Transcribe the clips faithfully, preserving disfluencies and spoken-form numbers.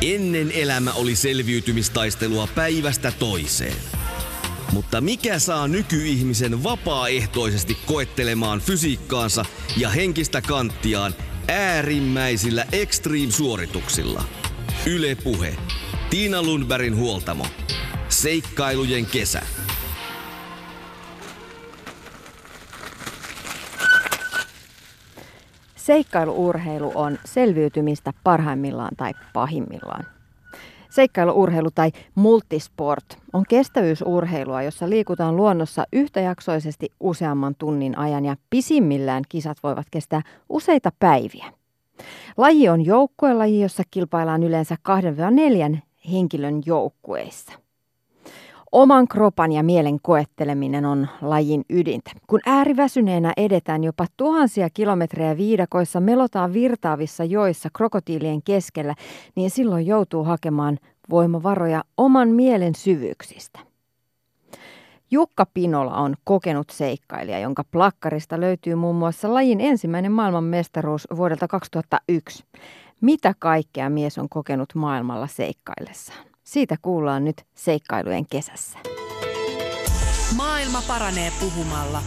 Ennen elämä oli selviytymistaistelua päivästä toiseen. Mutta mikä saa nykyihmisen vapaaehtoisesti koettelemaan fysiikkaansa ja henkistä kanttiaan äärimmäisillä extreme-suorituksilla? Yle Puhe. Tiina Lundbergin huoltamo. Seikkailujen kesä. Seikkailuurheilu on selviytymistä parhaimmillaan tai pahimmillaan. Seikkailuurheilu tai multisport on kestävyysurheilua, jossa liikutaan luonnossa yhtäjaksoisesti useamman tunnin ajan ja pisimmillään kisat voivat kestää useita päiviä. Laji on joukkuelaji, jossa kilpaillaan yleensä kahden neljän henkilön joukkueissa. Oman kropan ja mielen koetteleminen on lajin ydintä. Kun ääriväsyneenä edetään jopa tuhansia kilometrejä viidakoissa, melotaan virtaavissa joissa krokotiilien keskellä, niin silloin joutuu hakemaan voimavaroja oman mielen syvyyksistä. Jukka Pinola on kokenut seikkailija, jonka plakkarista löytyy muun muassa lajin ensimmäinen maailmanmestaruus vuodelta kaksituhattayksi. Mitä kaikkea mies on kokenut maailmalla seikkaillessaan? Siitä kuullaan nyt seikkailujen kesässä. Maailma paranee puhumalla.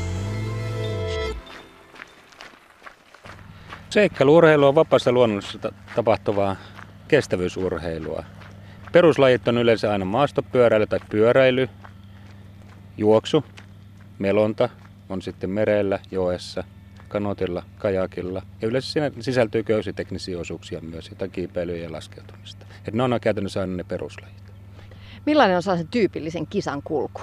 Seikkailuurheilu on vapaassa luonnossa tapahtuvaa kestävyysurheilua. Peruslajit on yleensä aina maastopyöräily tai pyöräily, juoksu, melonta on sitten merellä, joessa, kanotilla, kajakilla. Ja yleensä siinä sisältyy köysiteknisiä osuuksia myös, jotain kiipeilyä ja laskeutumista. Et ne on käytännössä aina ne peruslajit. Millainen on sellaisen tyypillisen kisan kulku?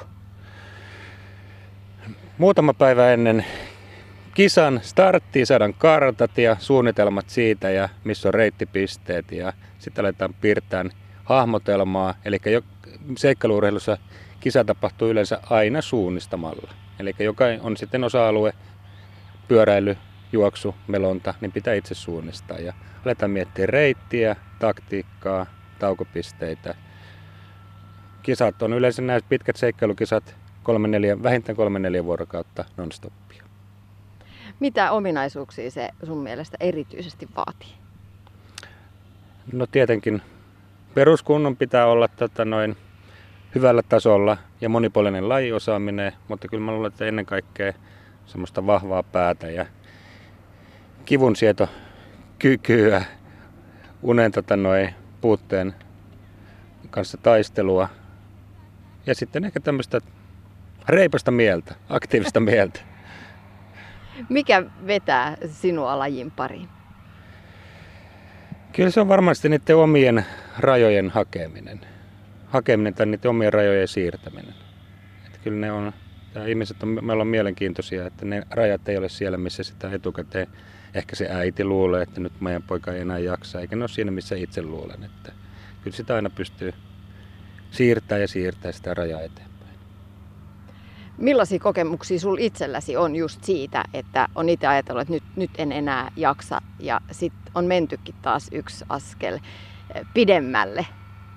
Muutama päivä ennen kisan starttia saadaan kartat ja suunnitelmat siitä ja missä on reittipisteet. Ja sitten aletaan piirtämään hahmotelmaa. Eli seikkailuurheilussa kisa tapahtuu yleensä aina suunnistamalla. Eli joka on sitten osa-alue, pyöräily, juoksu, melonta, niin pitää itse suunnistaa. Ja aletaan miettiä reittiä, taktiikkaa, taukopisteitä. Kisat on yleensä nämä pitkät seikkailukisat, kolme, neljä, vähintään kolme neljä vuorokautta non-stoppia. Mitä ominaisuuksia se sun mielestä erityisesti vaatii? No tietenkin peruskunnon pitää olla tota, noin hyvällä tasolla ja monipuolinen lajiosaaminen, mutta kyllä mä luulen, että ennen kaikkea semmoista vahvaa päätä ja kivunsietokykyä, unen tota, noin, puutteen kanssa taistelua ja sitten ehkä tämmöistä reipasta mieltä, aktiivista mieltä. Mikä vetää sinua lajin pariin? Kyllä se on varmasti niiden omien rajojen hakeminen. Hakeminen tai niiden omien rajojen siirtäminen. Että kyllä ne on, ihmiset on, me ollaan mielenkiintoisia, että ne rajat ei ole siellä, missä sitä etukäteen ehkä se äiti luulee, että nyt meidän poika ei enää jaksa, eikä ne ole siinä, missä itse luulen. Että kyllä sitä aina pystyy siirtämään ja siirtämään sitä rajaa eteenpäin. Millaisia kokemuksia sulla itselläsi on just siitä, että on itse ajatellut, että nyt, nyt en enää jaksa ja sitten on mentykin taas yksi askel pidemmälle?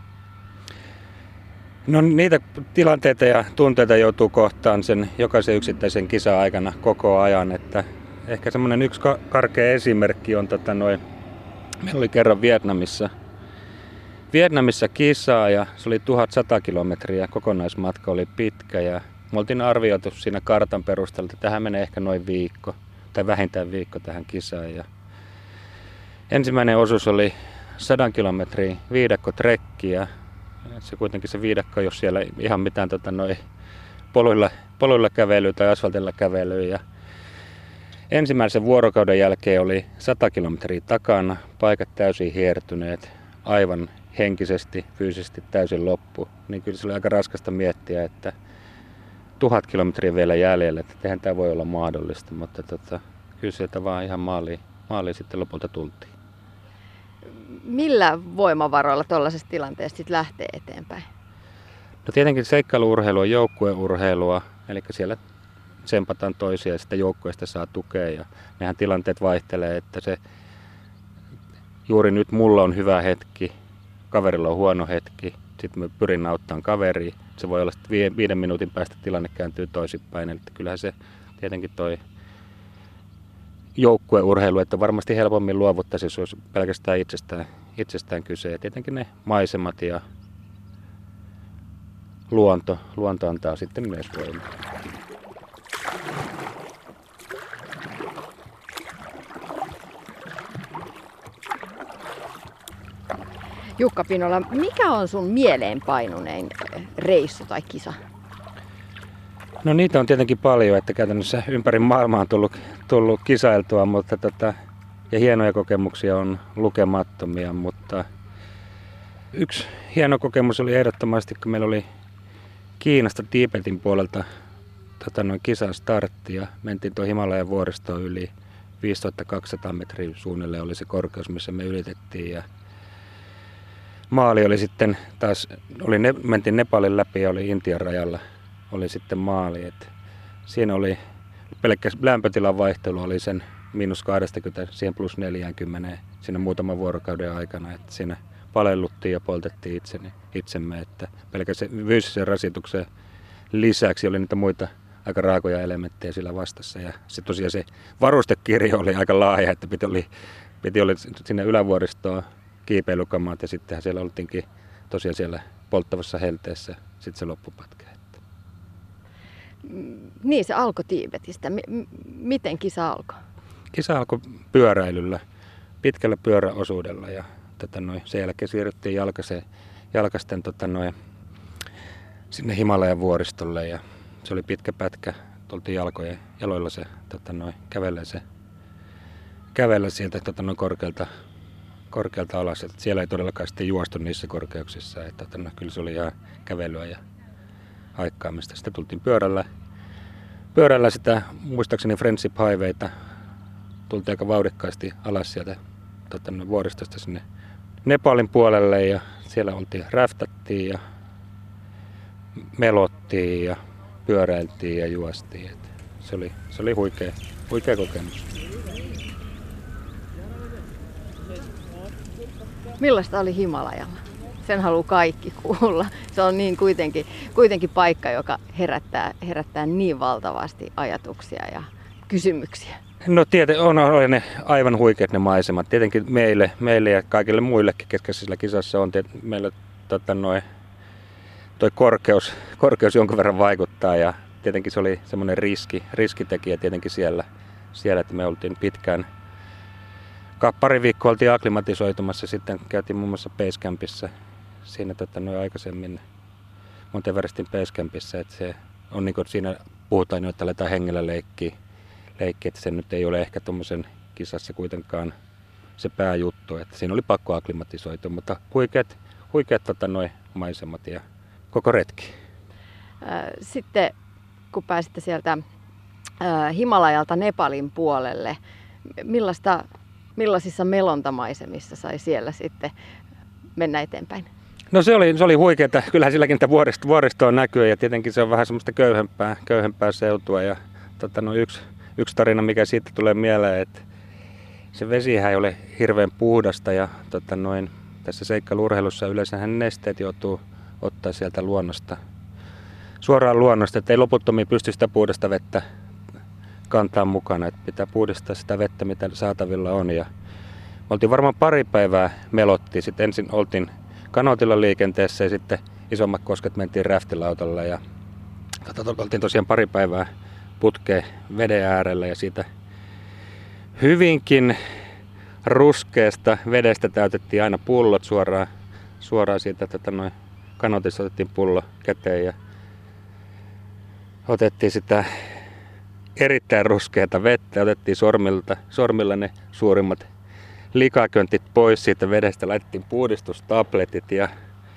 No niitä tilanteita ja tunteita joutuu kohtaan sen jokaisen yksittäisen kisan aikana koko ajan. Että ehkä semmoinen yksi karkea esimerkki on, tota noin, meillä oli kerran Vietnamissa, Vietnamissa kisaa ja se oli tuhatsata kilometriä, kokonaismatka oli pitkä ja me oltiin arvioitu siinä kartan perusteella, että tähän menee ehkä noin viikko tai vähintään viikko tähän kisaan. Ja ensimmäinen osuus oli sadan kilometrin viidakkotrekkiä. Se kuitenkin se viidakko, jos siellä ihan mitään tota, noi, poluilla, poluilla kävelyä tai asfaltilla kävelyä. Ja ensimmäisen vuorokauden jälkeen oli sata kilometriä takana, paikat täysin hiertyneet, aivan henkisesti, fyysisesti täysin loppu. Niin kyllä se oli aika raskasta miettiä, että tuhat kilometriä vielä jäljellä, että eihän tämä voi olla mahdollista, mutta tota, kyllä sieltä vaan ihan maaliin, maaliin sitten lopulta tultiin. Millä voimavaroilla tuollaisesta tilanteesta sitten lähtee eteenpäin? No tietenkin seikkailuurheilu on joukkueurheilua, eli siellä tsempataan toisia ja sitä joukkueesta saa tukea ja nehän tilanteet vaihtelee, että se juuri nyt mulla on hyvä hetki, kaverilla on huono hetki, sitten mä pyrin auttamaan kaveria. Se voi olla, että viiden minuutin päästä tilanne kääntyy toisinpäin. Eli kyllähän se tietenkin toi joukkueurheilu, että varmasti helpommin luovuttaisi, jos olisi pelkästään itsestään itsestään kyse. Ja tietenkin ne maisemat ja luonto, luonto antaa sitten myös voimaa. Jukka Pinola, mikä on sun mieleenpainunein reissu tai kisa? No niitä on tietenkin paljon, että käytännössä ympäri maailmaa on tullut, tullut kisailtua, mutta tota, ja hienoja kokemuksia on lukemattomia, mutta yksi hieno kokemus oli ehdottomasti, kun meillä oli Kiinasta Tiibetin puolelta tota, noin kisastartti ja mentiin tuon Himalajan vuoristoon yli viisituhattakaksisataa metriä suunnilleen oli se korkeus, missä me ylitettiin ja maali oli sitten taas, oli ne, mentiin Nepalin läpi ja oli Intian rajalla, oli sitten maali. Et siinä oli pelkkä lämpötilan vaihtelu oli sen miinus kaksikymmentä siihen plus neljäkymmentä siinä muutaman vuorokauden aikana. Et siinä palelluttiin ja poltettiin itseni, itsemme, että pelkkä se fyysisen rasituksen lisäksi oli niitä muita aika raakoja elementtejä sillä vastassa. Ja se tosiaan se varustekirjo oli aika laaja, että piti oli, piti oli sinne ylävuoristoon kiipeilykamaat ja sittenhän siellä oltiinkin tosiaan siellä polttavassa helteessä sitten se loppupätkä. Niin, se alkoi Tiibetistä. M- miten kisa alkoi? Kisa alkoi pyöräilyllä, pitkällä pyöräosuudella ja tota noin, sen jälkeen siirryttiin jalkaseen, jalkasten tota noin, sinne Himalajan vuoristolle ja se oli pitkä pätkä. Tultiin jalkojen, jaloilla se tota noin, kävellä, se, kävellä sieltä tota noin, korkealta korkealta alas. Että siellä ei todellakaan sitten juostu niissä korkeuksissa. Että, että no, kyllä se oli ihan kävelyä ja haikkaamista. Sitten tultiin pyörällä. Pyörällä sitä, muistaakseni Friendship Highwayta, tultiin aika vauhdikkaasti alas sieltä tota, no, vuoristosta sinne Nepalin puolelle. Ja siellä oltiin, räftättiin ja melottiin ja pyöräiltiin ja juostiin. Että se oli, se oli huikea, huikea kokemus. Millaista oli Himalajalla? Sen haluaa kaikki kuulla. Se on niin kuitenkin, kuitenkin paikka, joka herättää, herättää niin valtavasti ajatuksia ja kysymyksiä. No tietenkin on, on ne aivan huikeat ne maisemat. Tietenkin meille, meille ja kaikille muillekin, ketkä sillä kisassa on. Meillä tota, noi, toi korkeus, korkeus jonkun verran vaikuttaa ja tietenkin se oli semmoinen riski, riskitekijä tietenkin siellä, siellä, että me oltiin pitkään. Pari viikkoa oltiin akklimatisoitumassa, sitten käytiin muun muassa Basecampissa siinä tota, noin aikaisemmin Monteverestin Basecampissa, että se on niin kuin siinä puhutaan jo, että aletaan hengellä leikkiä, leikkiä, että se nyt ei ole ehkä tuommoisen kisassa kuitenkaan se pääjuttu, että siinä oli pakko akklimatisoitua, mutta huikeat, huikeat tota, noin maisemat ja koko retki. Sitten kun pääsitte sieltä Himalajalta Nepalin puolelle, millaista Millaisissa melontamaisemissa sai siellä sitten mennä eteenpäin? No se oli, se oli huikeaa. Kyllähän silläkin niitä vuoristo, vuoristoa näkyy ja tietenkin se on vähän semmoista köyhempää, köyhempää seutua. Ja, tota, no yksi, yksi tarina, mikä siitä tulee mieleen, että se vesihän ei ole hirveän puhdasta ja tota, noin, tässä seikkailu-urheilussa yleensähän nesteet joutuu ottaa sieltä luonnosta, suoraan luonnosta, että ei loputtomiin pysty sitä puhdasta vettä kantaa mukana, että pitää puhdistaa sitä vettä, mitä saatavilla on. Ja me oltiin varmaan pari päivää melottiin. Sitten ensin oltiin kanootilla liikenteessä ja sitten isommat kosket mentiin räftilautolla. Ja oltiin tosiaan pari päivää putkeen veden äärellä ja siitä hyvinkin ruskeasta vedestä täytettiin aina pullot suoraan, suoraan siitä, että noin kanootissa otettiin pullo käteen ja otettiin sitä erittäin ruskeata vettä, otettiin sormilta, sormilla ne suurimmat likaköntit pois siitä vedestä, laitettiin puhdistustabletit ja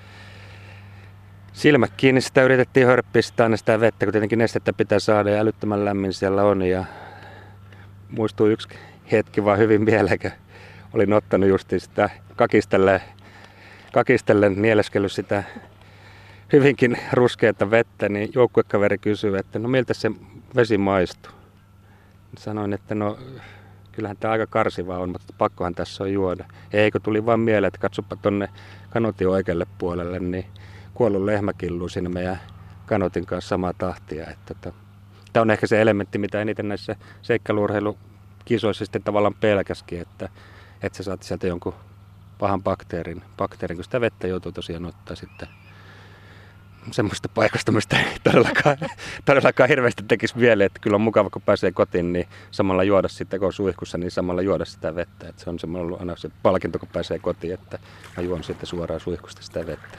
silmät kiinni sitä yritettiin hörppistää aina sitä vettä, kun tietenkin nestettä pitää saada ja älyttömän lämmin siellä on. Ja muistuu yksi hetki vaan hyvin mieleen, olin ottanut justiin sitä kakistellen, kakistellen nieleskellyt sitä hyvinkin ruskeata vettä, niin joukkuekaveri kysyi, että no miltä se vesi maistuu. Sanoin, että no kyllähän tämä aika karsivaa on, mutta pakkohan tässä on juoda. Eikö tuli vaan mieleen, että katsopa tonne kanotin oikealle puolelle, niin kuollut lehmä killuu siinä meidän kanotin kanssa samaa tahtia. Että tämä on ehkä se elementti, mitä eniten näissä seikkailu-urheilukisoissa sitten tavallaan pelkäskin, että, että sä saat sieltä jonkun pahan bakteerin, bakteerin, kun sitä vettä joutuu tosiaan ottaa sitten semmoista paikasta, mistä ei todellakaan, todellakaan hirveästi tekisi mieleen, että kyllä on mukava, kun pääsee kotiin, niin samalla juoda sitten, kun on suihkussa, niin samalla juoda sitä vettä. Että se on semmoinen ollut aina se palkinto, kun pääsee kotiin, että mä juon sitten suoraan suihkusta sitä vettä.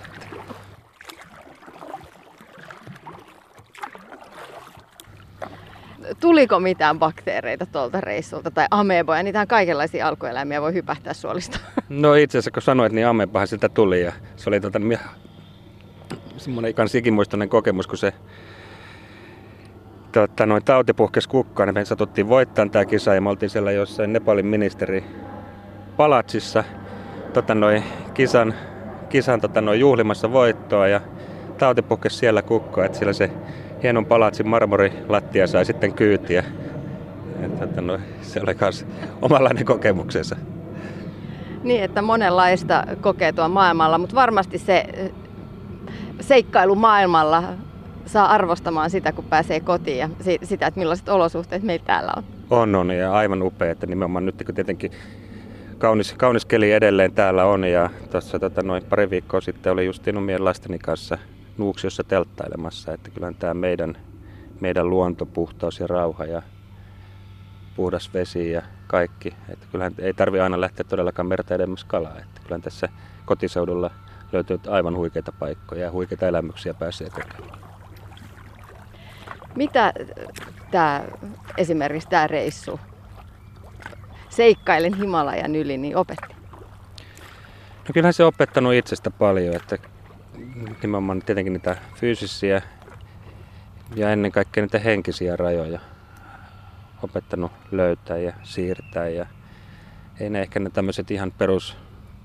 Tuliko mitään bakteereita tuolta reissulta tai ameboja? Niitähän kaikenlaisia alkueläimiä voi hypähtää suolista. No itse asiassa, kun sanoit, niin amebahan siltä tuli ja se oli tota, semmoinen kans ikimuistoinen kokemus, kun se tota, noin tauti puhkesi kukkaan, niin me satuttiin voittamaan tämä kisa ja me oltiin siellä jossain Nepalin ministeri palatsissa tota, noin, kisan, kisan tota, noin, juhlimassa voittoa ja tauti puhkesi siellä kukkaan, että siellä se hienon palatsin marmorilattia sai sitten kyytiä. Et, tota, noin, se oli myös omanlainen kokemuksensa. Niin, että monenlaista kokee tuon maailmalla, mutta varmasti se seikkailu maailmalla saa arvostamaan sitä, kun pääsee kotiin ja sitä, että millaiset olosuhteet meillä täällä on. On, on ja aivan upea, että nimenomaan nyt kun tietenkin kaunis, kaunis keli edelleen täällä on ja tuossa tota, noin pari viikkoa sitten oli justiin omien lasteni kanssa Nuuksiossa telttailemassa, että kyllähän tämä meidän, meidän luonto, puhtaus ja rauha ja puhdas vesi ja kaikki, että kyllähän ei tarvitse aina lähteä todellakaan merta edemmäs kalaa, että kyllähän tässä kotiseudulla löytyy aivan huikeita paikkoja ja huikeita elämyksiä pääsee kokemaan. Mitä tää, esimerkiksi tämä reissu Seikkailen Himalajan yli niin opetti? No kyllähän se on opettanut itsestä paljon, että nimenomaan tietenkin niitä fyysisiä ja ennen kaikkea niitä henkisiä rajoja opettanut löytää ja siirtää ja ei ne ehkä ne tämmöiset ihan perus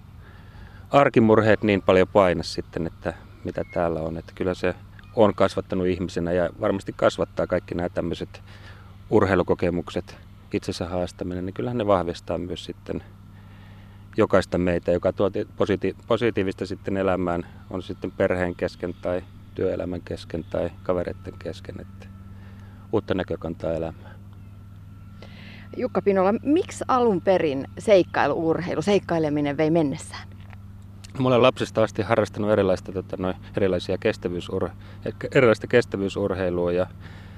arkimurheet niin paljon paina sitten, että mitä täällä on. Että kyllä se on kasvattanut ihmisenä ja varmasti kasvattaa kaikki nämä tämmöiset urheilukokemukset, itsensä haastaminen, niin kyllähän ne vahvistaa myös sitten jokaista meitä, joka tuo positi- positiivista sitten elämään, on sitten perheen kesken tai työelämän kesken tai kavereiden kesken, että uutta näkökantaa elämään. Jukka Pinola, miksi alun perin seikkailu-urheilu, seikkaileminen vei mennessään? Mä olen lapsesta asti harrastanut erilaista, tota, noin, erilaisia kestävyysur- erilaista kestävyysurheilua ja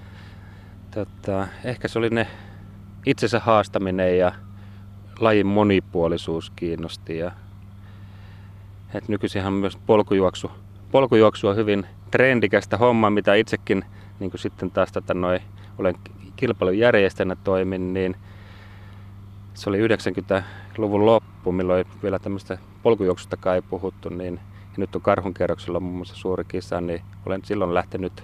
tota, ehkä se oli ne itsensä haastaminen ja lajin monipuolisuus kiinnosti. Ja, et nykyisinhän myös polkujuoksu, polkujuoksu on hyvin trendikästä hommaa, mitä itsekin niin kuin sitten taas tota, noin, olen kilpailun järjestäjänä toimin, niin se oli yhdeksänkymmentäluvun loppu, milloin vielä tämmöistä polkujuoksustakaan ei puhuttu, niin ja nyt on Karhunkierroksella muun muassa suuri kisa, niin olen silloin lähtenyt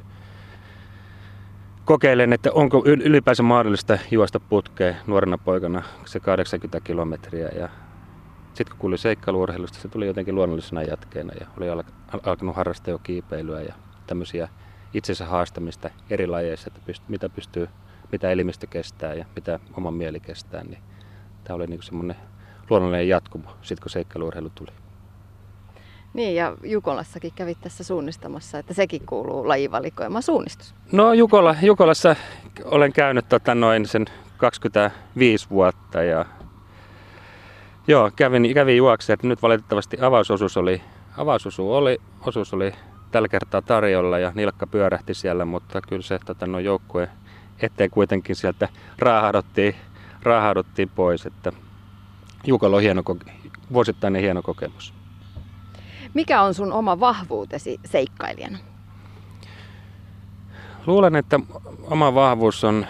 kokeilemaan, että onko ylipäänsä mahdollista juosta putkeen nuorena poikana se kahdeksankymmentä kilometriä. Ja sitten kun kuuli seikkailu-urheilusta, se tuli jotenkin luonnollisena jatkeena ja oli alkanut harrastaa jo kiipeilyä ja tämmöisiä itsensä haastamista eri lajeissa, että pyst- mitä pystyy, mitä elimistö kestää ja mitä oma mieli kestää. Niin tämä oli niinku semmoinen luonnollinen jatkumo, sitten kun seikkailu-urheilu tuli. Niin, ja Jukolassakin kävit tässä suunnistamassa, että sekin kuuluu lajivalikoimaan suunnistus. No Jukola, Jukolassa olen käynyt tota, noin sen kaksikymmentäviisi vuotta ja joo, kävin, kävin juoksemaan. Nyt valitettavasti avausosuus oli, avausosuus oli, osuus oli tällä kertaa tarjolla ja nilkka pyörähti siellä, mutta kyllä se tota, no, joukkue eteen kuitenkin sieltä raahahduttiin, raahahduttiin pois. Että Jukola on hieno, vuosittainen hieno kokemus. Mikä on sun oma vahvuutesi seikkailijana? Luulen, että oma vahvuus on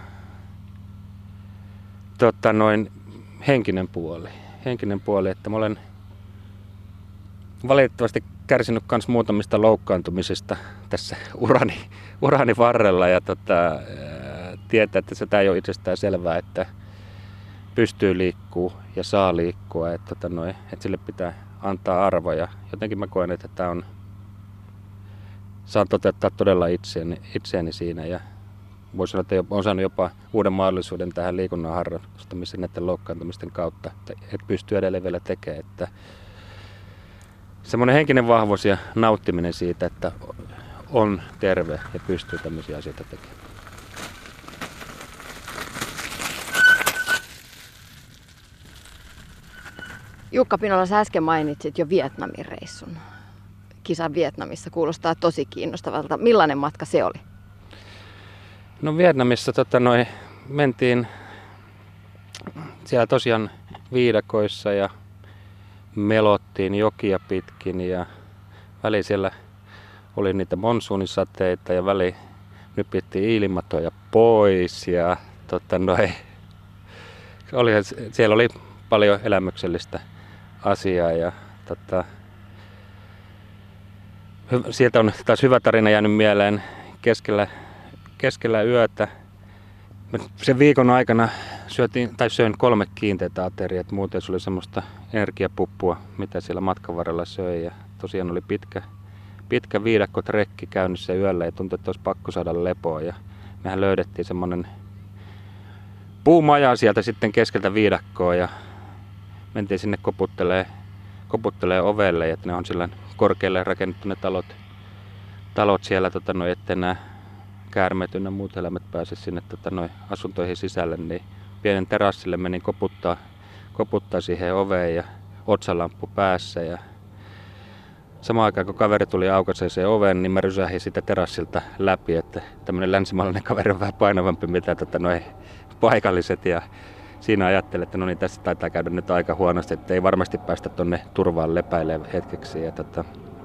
tota, noin, henkinen puoli. Henkinen puoli, että mä olen valitettavasti kärsinyt myös muutamista loukkaantumisista tässä urani, urani varrella ja tota, tietää, että se ei ole itsestään selvää, että pystyy liikkuu ja saa liikkua, että, tota, noin, että sille pitää antaa arvoja. Jotenkin mä koen, että tämä on, saan toteuttaa todella itseäni, itseäni siinä ja voisi sanoa, että olen saanut jopa uuden mahdollisuuden tähän liikunnan harrastamiseen näiden loukkaantumisten kautta, että pystyy edelleen vielä tekemään. Että semmoinen henkinen vahvuus ja nauttiminen siitä, että on terve ja pystyy tämmöisiä asioita tekemään. Jukka Pinola, sä äsken mainitsit jo Vietnamin reissun. Kisa Vietnamissa kuulostaa tosi kiinnostavalta. Millainen matka se oli? No Vietnamissa tota, noi, mentiin siellä tosiaan viidakoissa ja melottiin jokia pitkin ja väli siellä oli niitä monsuunisateita ja väli nypittiin ilmatoja pois ja tota, noi, oli, siellä oli paljon elämyksellistä asiaa ja tota, sieltä on taas hyvä tarina jäänyt mieleen keskellä, keskellä yötä. Sen viikon aikana syötiin, tai söin kolme kiinteitä ateriaa, muuten se oli semmoista energiapuppua, mitä siellä matkan varrella söi. Ja tosiaan oli pitkä, pitkä viidakkotrekki käynnissä yöllä ja tuntui, että olisi pakko saada lepoa. Ja mehän löydettiin semmoinen puumaja sieltä sitten keskeltä viidakkoa ja mentiin sinne koputtelee, koputtelee ovelle, että ne on sillä korkealle rakennettu ne talot, talot siellä, tota, no, ettei nämä käärmeet ynnä muut eläimet pääse sinne tota, no, asuntoihin sisälle, niin pienen terassille menin koputtaa, koputtaa siihen oveen ja otsalamppu päässä. Ja samaan aikaan kun kaveri tuli aukaiseen oveen, niin mä rysähin sitä terassilta läpi, että tämmöinen länsimaalainen kaveri on vähän painavampi mitä tota, no, paikalliset. Ja siinä ajattelin, että no niin, tässä taitaa käydä nyt aika huonosti, että ei varmasti päästä tuonne turvaan lepäilemään hetkeksi. Ja, tota,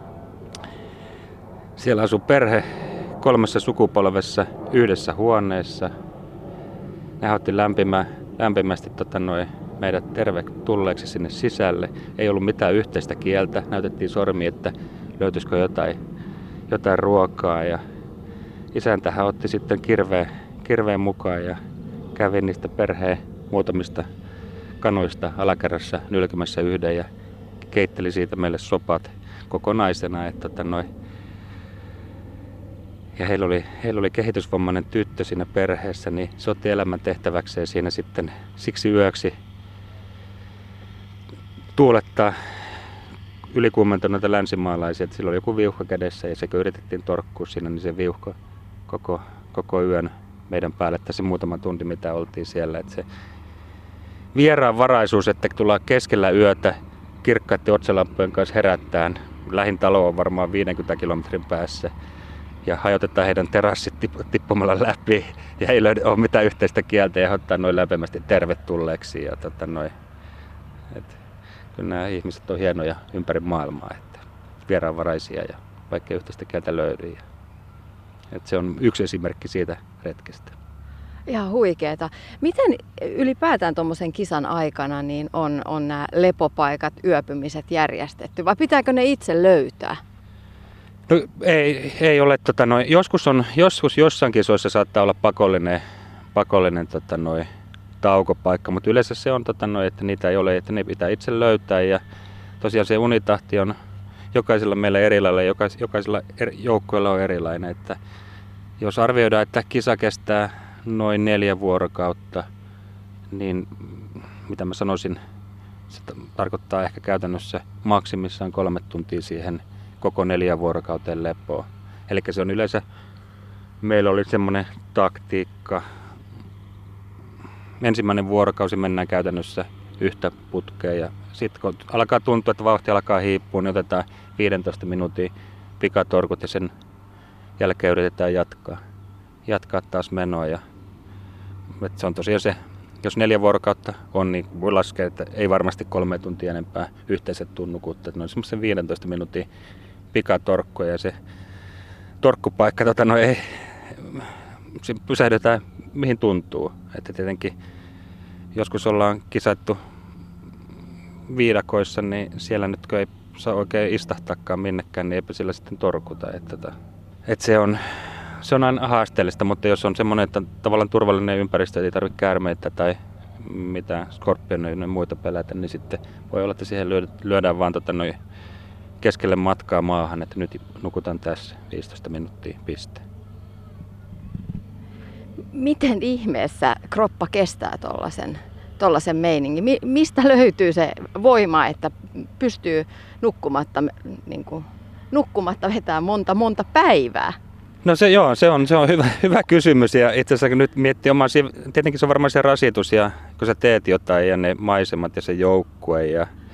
siellä asuu perhe kolmessa sukupolvessa yhdessä huoneessa. Ne otti lämpimä, lämpimästi tota, noi, meidät tervetulleeksi sinne sisälle. Ei ollut mitään yhteistä kieltä. Näytettiin sormi, että löytyisikö jotain, jotain ruokaa. Ja isäntähän otti sitten kirveen, kirveen mukaan ja kävi niistä perheen muutamista kanoista alakerrassa nylkemässä yhden ja keitteli siitä meille sopat kokonaisena. Että, että noi. Ja heillä oli, heillä oli kehitysvammainen tyttö siinä perheessä, niin se otti elämän tehtäväkseen siinä sitten siksi yöksi tuulettaa ylikuumentuneita länsimaalaisia. Että sillä oli joku viuhka kädessä ja sekä yritettiin torkkua siinä, niin se viuhko koko, koko yön meidän päälle tässä muutama tunti, mitä oltiin siellä. Että se vieraanvaraisuus, että tullaan keskellä yötä kirkkaiden otsalampujen kanssa herättään. Lähin talo on varmaan viidenkymmenen kilometrin päässä. Ja hajotetaan heidän terassit tippumalla läpi ja ei löydä ole mitään yhteistä kieltä ja ottaa noin lämpimästi tervetulleeksi. Ja tota noi, et, kyllä nämä ihmiset on hienoja ympäri maailmaa, että vieraanvaraisia ja vaikka yhteistä kieltä löydy. Ja, et se on yksi esimerkki siitä retkestä. Ihan huikeeta. Miten ylipäätään tuommoisen kisan aikana niin on, on nämä lepopaikat, yöpymiset järjestetty vai pitääkö ne itse löytää? No, ei, ei ole, tota, noi, joskus, on, joskus jossain kisoissa saattaa olla pakollinen, pakollinen tota, noi, taukopaikka, mutta yleensä se on, tota, noi, että niitä ei ole, että ne pitää itse löytää ja tosiaan se unitahti on jokaisella meillä erilainen, jokais, jokaisella er, joukkueella on erilainen, että jos arvioidaan, että kisa kestää noin neljä vuorokautta, niin mitä mä sanoisin, se tarkoittaa ehkä käytännössä maksimissaan kolme tuntia siihen koko neljä vuorokauteen lepoa. Eli se on yleensä, meillä oli semmoinen taktiikka. Ensimmäinen vuorokausi mennään käytännössä yhtä putkea ja sitten kun alkaa tuntua, että vauhti alkaa hiippua, niin otetaan viisitoista minuutin pikatorkut ja sen jälkeen yritetään jatkaa, jatkaa taas menoa. Ja, se on tosiaan se, jos neljä vuorokautta on, niin voi laskea, että ei varmasti kolme tuntia enempää yhteiset tunnukutta. Ne on semmoisen viisitoista minuutin pikatorkkoja ja se torkkupaikka, tota, no ei, se pysähdytään mihin tuntuu. Että tietenkin joskus ollaan kisattu viidakoissa, niin siellä nyt kun ei saa oikein istahtaakaan minnekään, niin eipä sillä sitten torkuta. Että, että, että se on Se on aina haasteellista, mutta jos on semmoinen, että tavallaan turvallinen ympäristö, ei tarvitse käärmeitä tai mitään skorpioneja ja muita pelätä, niin sitten voi olla, että siihen lyödään vaan tota noin keskelle matkaa maahan, että nyt nukutaan tässä viisitoista minuuttia piste. Miten ihmeessä kroppa kestää tollasen, tollasen meiningin? Mi- mistä löytyy se voima, että pystyy nukkumatta, niin kuin, nukkumatta vetää monta monta päivää? No se joo, se on, se on hyvä, hyvä kysymys ja itse asiassa nyt miettii omaa, tietenkin se on varmaan se rasitus ja kun sä teet jotain ja ne maisemat ja se joukkue ja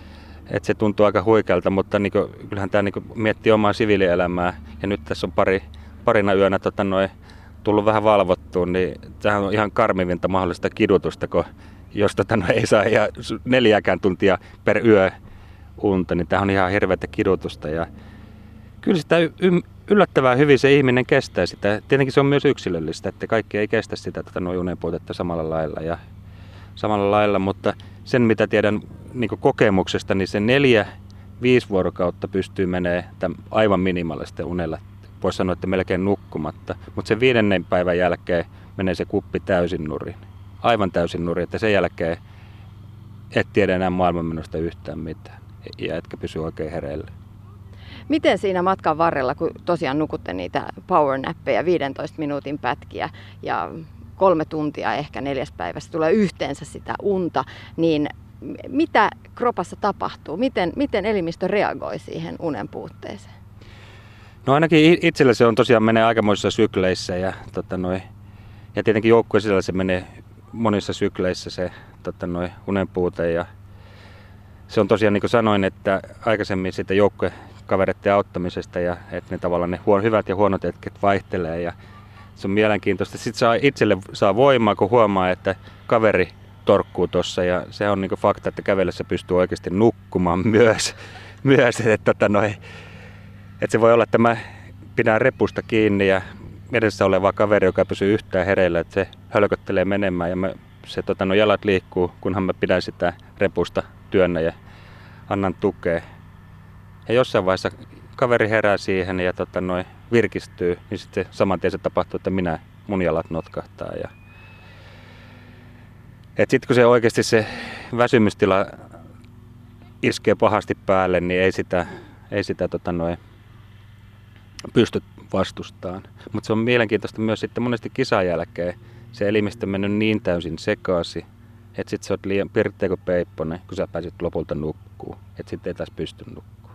että se tuntuu aika huikealta, mutta niin kuin, kyllähän tämä niin miettii omaa siviilielämää ja nyt tässä on pari, parina yönä tota, noi, tullut vähän valvottua, niin tämähän on ihan karmivinta mahdollista kidutusta, kun jos tota, no, ei saa ihan neljäkään tuntia per yö unta, niin tämä on ihan hirveätä kidutusta. Ja kyllä sitä yllättävän hyvin se ihminen kestää sitä. Tietenkin se on myös yksilöllistä, että kaikki ei kestä sitä tota, no, unenpuutetta samalla lailla, ja, samalla lailla, mutta sen mitä tiedän niin kokemuksesta, niin se neljä, viisi vuorokautta pystyy menee aivan minimaalisesti unella. Voisi sanoa, että melkein nukkumatta, mutta sen viidennen päivän jälkeen menee se kuppi täysin nurin. Aivan täysin nurin, että sen jälkeen et tiedä enää maailmanmenosta yhtään mitään ja etkä pysy oikein hereillä. Miten siinä matkan varrella, kun tosiaan nukutte niitä powernappeja, viidentoista minuutin pätkiä ja kolme tuntia ehkä neljäs päivässä tulee yhteensä sitä unta, niin mitä kropassa tapahtuu? Miten, miten elimistö reagoi siihen unen puutteeseen? No ainakin itsellä se on tosiaan menee aikamoisissa sykleissä ja, tota noi, ja tietenkin joukkueen sisällä se menee monissa sykleissä se tota noi, unen puute. Ja se on tosiaan niin kuin sanoin, että aikaisemmin siitä joukkuekavereiden auttamisesta ja että ne tavallaan ne huon, hyvät ja huonot hetket vaihtelee ja se on mielenkiintoista. Sitten saa, itselle saa voimaa, kun huomaa, että kaveri torkkuu tuossa ja se on niin kuin fakta, että kävellessä pystyy oikeasti nukkumaan myös. myös että, tota noi, että se voi olla, että mä pidän repusta kiinni ja edessä oleva kaveri, joka pysyy yhtään hereillä, että se hölköttelee menemään ja mä, se tota, no, jalat liikkuu, kunhan mä pidän sitä repusta työnnä ja annan tukea. Ja jossain vaiheessa kaveri herää siihen ja tota, noi, virkistyy, niin sitten saman tien se tapahtuu, että minä, mun jalat notkahtaa. Ja sitten kun se oikeasti se väsymystila iskee pahasti päälle, niin ei sitä, ei sitä tota, noi, pysty vastustamaan. Mutta se on mielenkiintoista myös sitten monesti kisan jälkeen se elimistö on mennyt niin täysin sekaisin, että sitten sä oot liian pirteä kuin peipponen, kun sä pääsit lopulta nukkuu. Että sitten ei taas pysty nukkuu.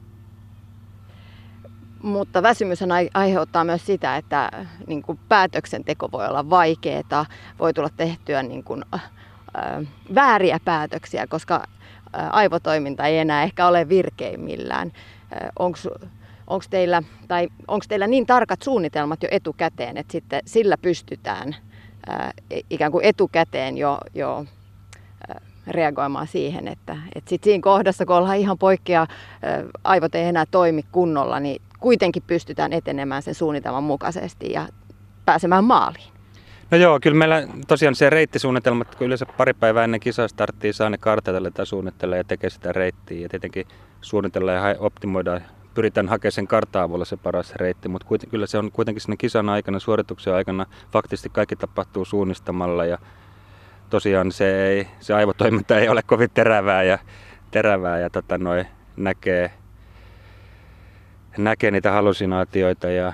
Mutta väsymyshän aiheuttaa myös sitä, että niin kuin päätöksenteko voi olla vaikeaa, voi tulla tehtyä niin kuin, äh, vääriä päätöksiä, koska äh, aivotoiminta ei enää ehkä ole virkeimmillään. Äh, Onko teillä, tai onko teillä niin tarkat suunnitelmat jo etukäteen, että sitten sillä pystytään ää, ikään kuin etukäteen jo, jo ää, reagoimaan siihen, että et sit siinä kohdassa, kun ollaan ihan poikkea, ää, aivot ei enää toimi kunnolla, niin kuitenkin pystytään etenemään sen suunnitelman mukaisesti ja pääsemään maaliin? No joo, kyllä meillä tosiaan se reittisuunnitelmat, kun yleensä pari päivää ennen kisaa starttia saa ne kartoitella tai suunnitella ja tekee sitä reittiä ja tietenkin suunnitellaan ja optimoidaan. Pyritään hakemaan sen kartan avulla se paras reitti, mutta kuiten, kyllä se on kuitenkin sinne kisan aikana, suorituksen aikana, faktisesti kaikki tapahtuu suunnistamalla ja tosiaan se, ei, se aivotoiminta ei ole kovin terävää ja, terävää ja tota, noi, näkee, näkee niitä hallusinaatioita ja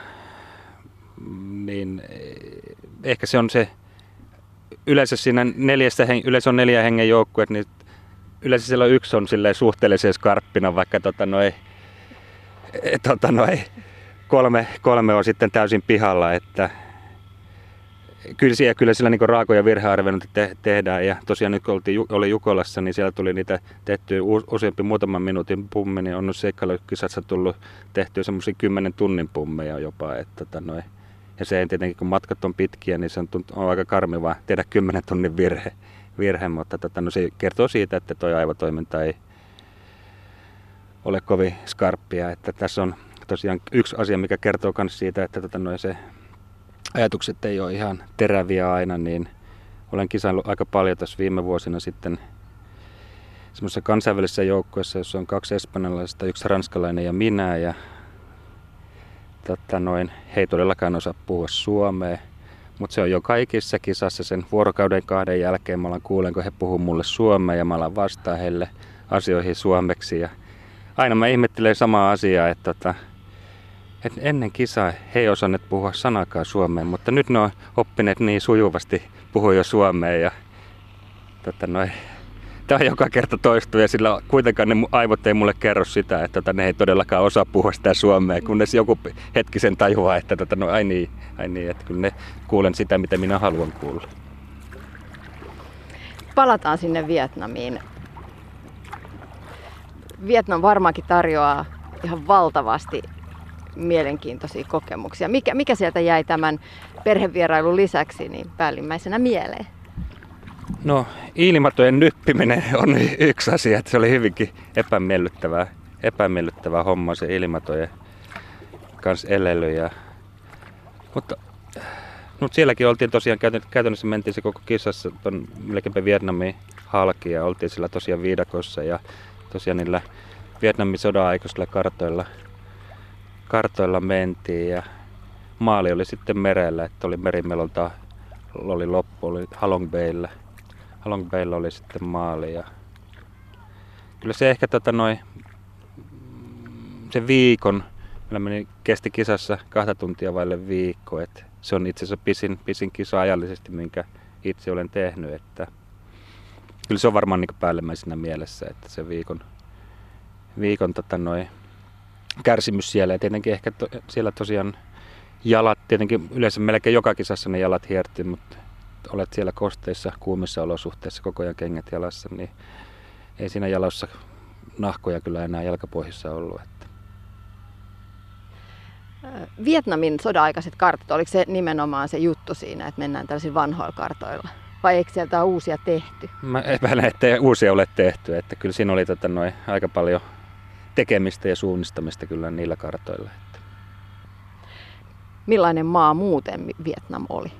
niin ehkä se on se, yleensä siinä neljästä, yleensä on neljä hengen joukkueet, niin yleensä siellä yksi on suhteellisen skarppina, vaikka tota, noi, Tota, no ei, kolme, kolme on sitten täysin pihalla, että kyllä siellä, kyllä siellä niin raakoja virhearviointi te, tehdään ja tosiaan nyt kun oltiin, oli Jukolassa, niin siellä tuli niitä tehtyä useampi muutaman minuutin pummi, niin on nyt seikkailukisassa tullut tehtyä semmoisia kymmenen tunnin pummeja jopa, että tota, no, ja se tietenkin kun matkat on pitkiä, niin se on, on aika karmivaa tehdä kymmenen tunnin virhe, virhe mutta tota, no, se kertoo siitä, että tuo aivotoiminta ei ole kovin skarppia, että tässä on tosiaan yksi asia, mikä kertoo myös siitä, että tota, no, se ajatukset ei ole ihan teräviä aina, niin olen kisaillut aika paljon tässä viime vuosina sitten semmoisessa kansainvälisessä joukkueessa, jossa on kaksi espanjalaista, yksi ranskalainen ja minä ja tota, noin, he ei todellakaan osaa puhua suomea, mutta se on joka ikisessä kisassa sen vuorokauden kahden jälkeen, mä alan kuulen, kun he puhuu mulle suomea ja mä alan vastaa heille asioihin suomeksi ja aina mä ihmettelen samaa asiaa, että, että, että ennen kisaa he ei osanneet puhua sanakaan suomea, mutta nyt ne on oppineet niin sujuvasti puhua jo suomea. Ja, että noi, tämä on joka kerta toistuu ja sillä kuitenkaan ne aivot ei mulle kerro sitä, että, että ne ei todellakaan osaa puhua sitä suomea, kunnes joku hetki sen tajuaa, että, että no, ai, niin, ai niin, että kyllä ne kuulen sitä, mitä minä haluan kuulla. Palataan sinne Vietnamiin. Vietnam varmaankin tarjoaa ihan valtavasti mielenkiintoisia kokemuksia. Mikä, mikä sieltä jäi tämän perhevierailun lisäksi niin päällimmäisenä mieleen? No, ilmatojen nyppiminen on yksi asia, että se oli hyvinkin epämiellyttävää, epämiellyttävää homma se ilmatojen kanssa elely. Ja, mutta, mutta sielläkin oltiin tosiaan, käytännössä mentiin se koko kisassa ton melkeinpä Vietnamin halki ja oltiin sillä tosiaan viidakossa ja tosiaan niillä Vietnamin sodan aikaisilla kartoilla, kartoilla mentiin ja maali oli sitten merellä, että oli merimelolta oli loppu, oli Halong Baylla. Halong Baylla oli sitten maali ja kyllä se ehkä tota noin, se viikon, meillä meni, kesti kisassa kahta tuntia vaille viikko, että se on itse asiassa pisin, pisin kisa ajallisesti, minkä itse olen tehnyt, että kyllä se on varmaan niin päällimmäisenä mielessä, että se viikon, viikon tota noin, kärsimys siellä ja tietenkin ehkä to, siellä tosiaan jalat, tietenkin yleensä melkein joka kisassa ne jalat hiertyy, mutta olet siellä kosteissa, kuumissa olosuhteissa koko ajan kengät jalassa, niin ei siinä jalossa nahkoja kyllä enää jalkapohjissa ollut. Että. Vietnamin sodan-aikaiset kartat, oliko se nimenomaan se juttu siinä, että mennään tällaisilla vanhoilla kartoilla? Vai eikö sieltä ole uusia tehty? Mä epäilen, että ei uusia ole tehty. Että kyllä siinä oli tota noin, aika paljon tekemistä ja suunnistamista kyllä niillä kartoilla. Että. Millainen maa muuten Vietnam oli?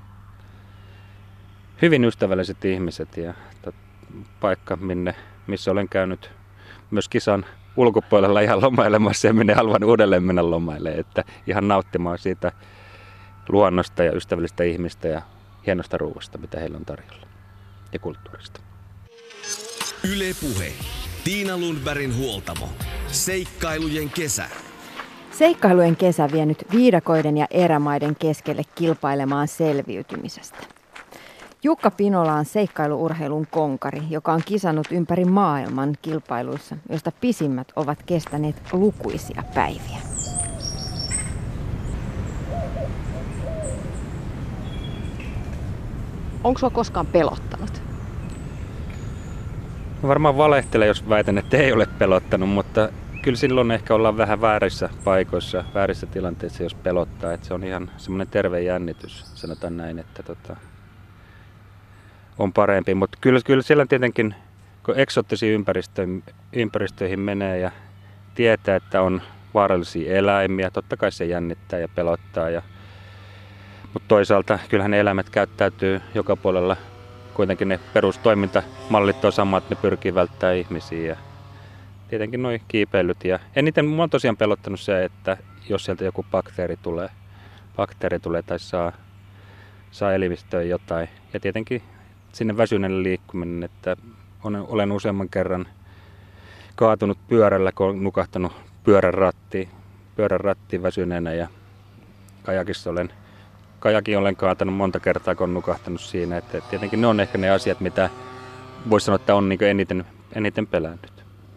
Hyvin ystävälliset ihmiset ja tot, paikka, minne, missä olen käynyt myös kisan ulkopuolella ihan lomailemassa ja minne haluan uudelleen mennä lomaille. Että ihan nauttimaan siitä luonnosta ja ystävällistä ihmistä ja hienosta ruuasta, mitä heillä on tarjolla ja kulttuurista. Yle Puhe. Tiina Lundbergin huoltamo. Seikkailujen kesä. Seikkailujen kesä vie nyt viidakoiden ja erämaiden keskelle kilpailemaan selviytymisestä. Jukka Pinola on seikkailuurheilun konkari, joka on kisannut ympäri maailman kilpailuissa, joista pisimmät ovat kestäneet lukuisia päiviä. Onko sinua koskaan pelottanut? Varmaan valehtelen, jos väitän, että ei ole pelottanut, mutta kyllä silloin ehkä ollaan vähän väärissä paikoissa, väärissä tilanteissa, jos pelottaa. Että se on ihan semmoinen terve jännitys, sanotaan näin, että tota, on parempi. Mutta kyllä, kyllä siellä tietenkin, kun eksoottisiin ympäristöihin, ympäristöihin menee ja tietää, että on vaarallisia eläimiä, totta kai se jännittää ja pelottaa. Ja, mutta toisaalta kyllähän ne eläimet käyttäytyy joka puolella. Kuitenkin ne perustoimintamallit on samat, ne pyrkii välttämään ihmisiä. Ja tietenkin nuo kiipeilyt. Ja eniten minua on tosiaan pelottanut se, että jos sieltä joku bakteeri tulee, bakteeri tulee tai saa, saa elimistöön jotain. Ja tietenkin sinne väsyneelle liikkuminen, että olen useamman kerran kaatunut pyörällä, kun olen nukahtanut pyörän rattiin, pyörän rattiin väsyneenä ja kajakissa olen, kajakin olen kaatanut monta kertaa, kun olen nukahtanut siinä. Että tietenkin ne on ehkä ne asiat, mitä voisi sanoa, että on niin eniten, eniten pelännyt.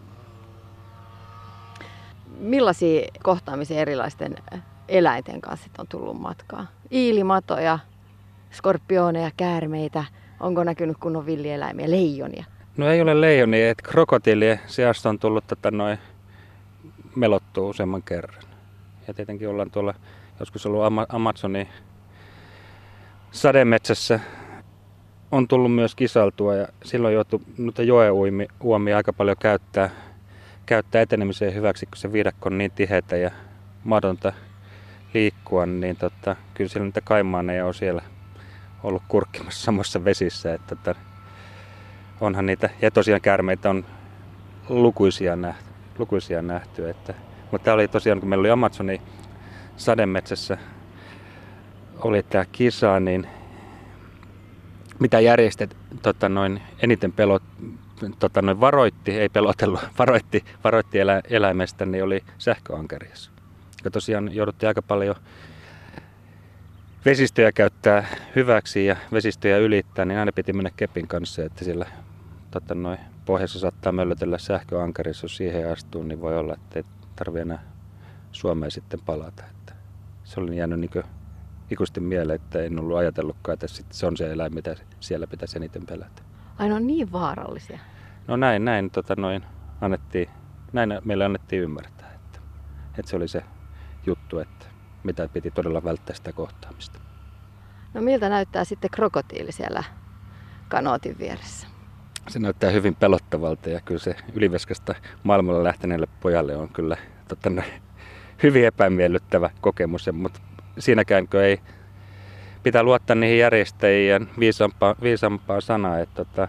Millaisia kohtaamisia erilaisten eläinten kanssa on tullut matkaan? Iilimatoja, skorpioneja, käärmeitä. Onko näkynyt kunnon villieläimiä, leijonia? No ei ole leijonia, että krokotiilien sijasta on tullut tota noin melottua useamman kerran. Ja tietenkin ollaan tuolla joskus ollut Amazonin sademetsässä. On tullut myös kisaltua ja silloin joutui noita joeuomia aika paljon käyttää, käyttää etenemiseen hyväksi, kun se viidakko on niin tiheätä ja mahdotonta liikkua, niin tota, kyllä siellä niitä kaimaaneja on siellä ollut kurkkimassa samassa vesissä. Että, että onhan niitä, ja tosiaan käärmeitä on lukuisia nähty. Lukuisia nähty että, mutta tämä oli tosiaan, kun meillä oli Amazonin sademetsässä, oli tämä kisa, niin mitä järjestet tota noin, eniten pelot, tota noin, varoitti, ei pelotellut, varoitti, varoitti elä, eläimestä, niin oli sähköankerias. Ja tosiaan jouduttiin aika paljon vesistöjä käyttää hyväksi ja vesistöjä ylittää, niin aina piti mennä kepin kanssa, että siellä tota noin, pohjassa saattaa möllötellä sähköankarissa, jos siihen astuu, niin voi olla, että ei tarvitse enää Suomeen sitten palata. Että se oli jäänyt niin ikuisesti mieleen, että en ollut ajatellutkaan, että se on se eläin, mitä siellä pitäisi eniten pelätä. Ai ne on niin vaarallisia? No näin, näin tota noin, annettiin näin meille annettiin ymmärtää, että, että se oli se juttu, että mitä piti todella välttää sitä kohtaamista. No miltä näyttää sitten krokotiili siellä kanootin vieressä? Se näyttää hyvin pelottavalta ja kyllä se Ylivieskasta maailmalle lähteneelle pojalle on kyllä totta, hyvin epämiellyttävä kokemus, mutta siinäkään kun ei pitää luottaa niihin järjestäjien viisampaa, viisampaa sanaa, että tota,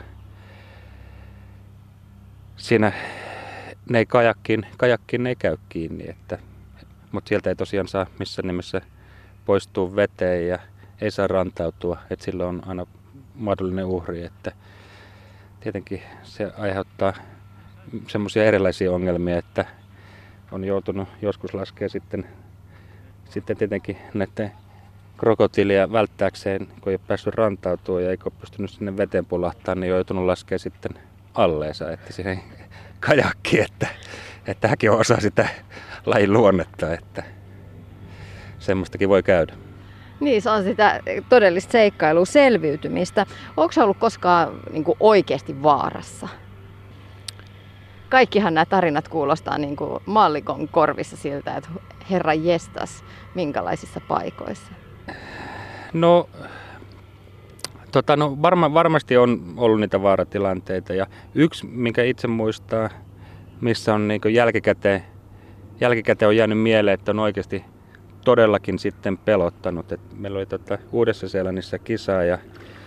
siinä ne ei kajakkiin, kajakkiin ne ei käy kiinni, että, mutta sieltä ei tosiaan saa missään nimessä poistua veteen ja ei saa rantautua, että sillä on aina mahdollinen uhri, että tietenkin se aiheuttaa semmoisia erilaisia ongelmia, että on joutunut joskus laskea sitten, sitten tietenkin näiden krokotiilia välttääkseen, kun ei ole päässyt rantautua ja eikä ole pystynyt sinne veteen pulahtamaan, niin on joutunut laskea sitten alleensa, että siihen kajakki, että, että hänkin on osa sitä lajin luonnetta, että semmoistakin voi käydä. Niin, se on sitä todellista seikkailua, selviytymistä. Onko se ollut koskaan niin kuin oikeasti vaarassa? Kaikkihan nämä tarinat kuulostaa niin kuin maallikon korvissa siltä, että herra jestas, minkälaisissa paikoissa? No, tota, no varma, varmasti on ollut niitä vaaratilanteita ja yksi, minkä itse muistaa, missä on niin kuin jälkikäteen, jälkikäteen on jäänyt mieleen, että on oikeasti todellakin sitten pelottanut. Et meillä oli tota Uudessa-Seelannissa kisa ja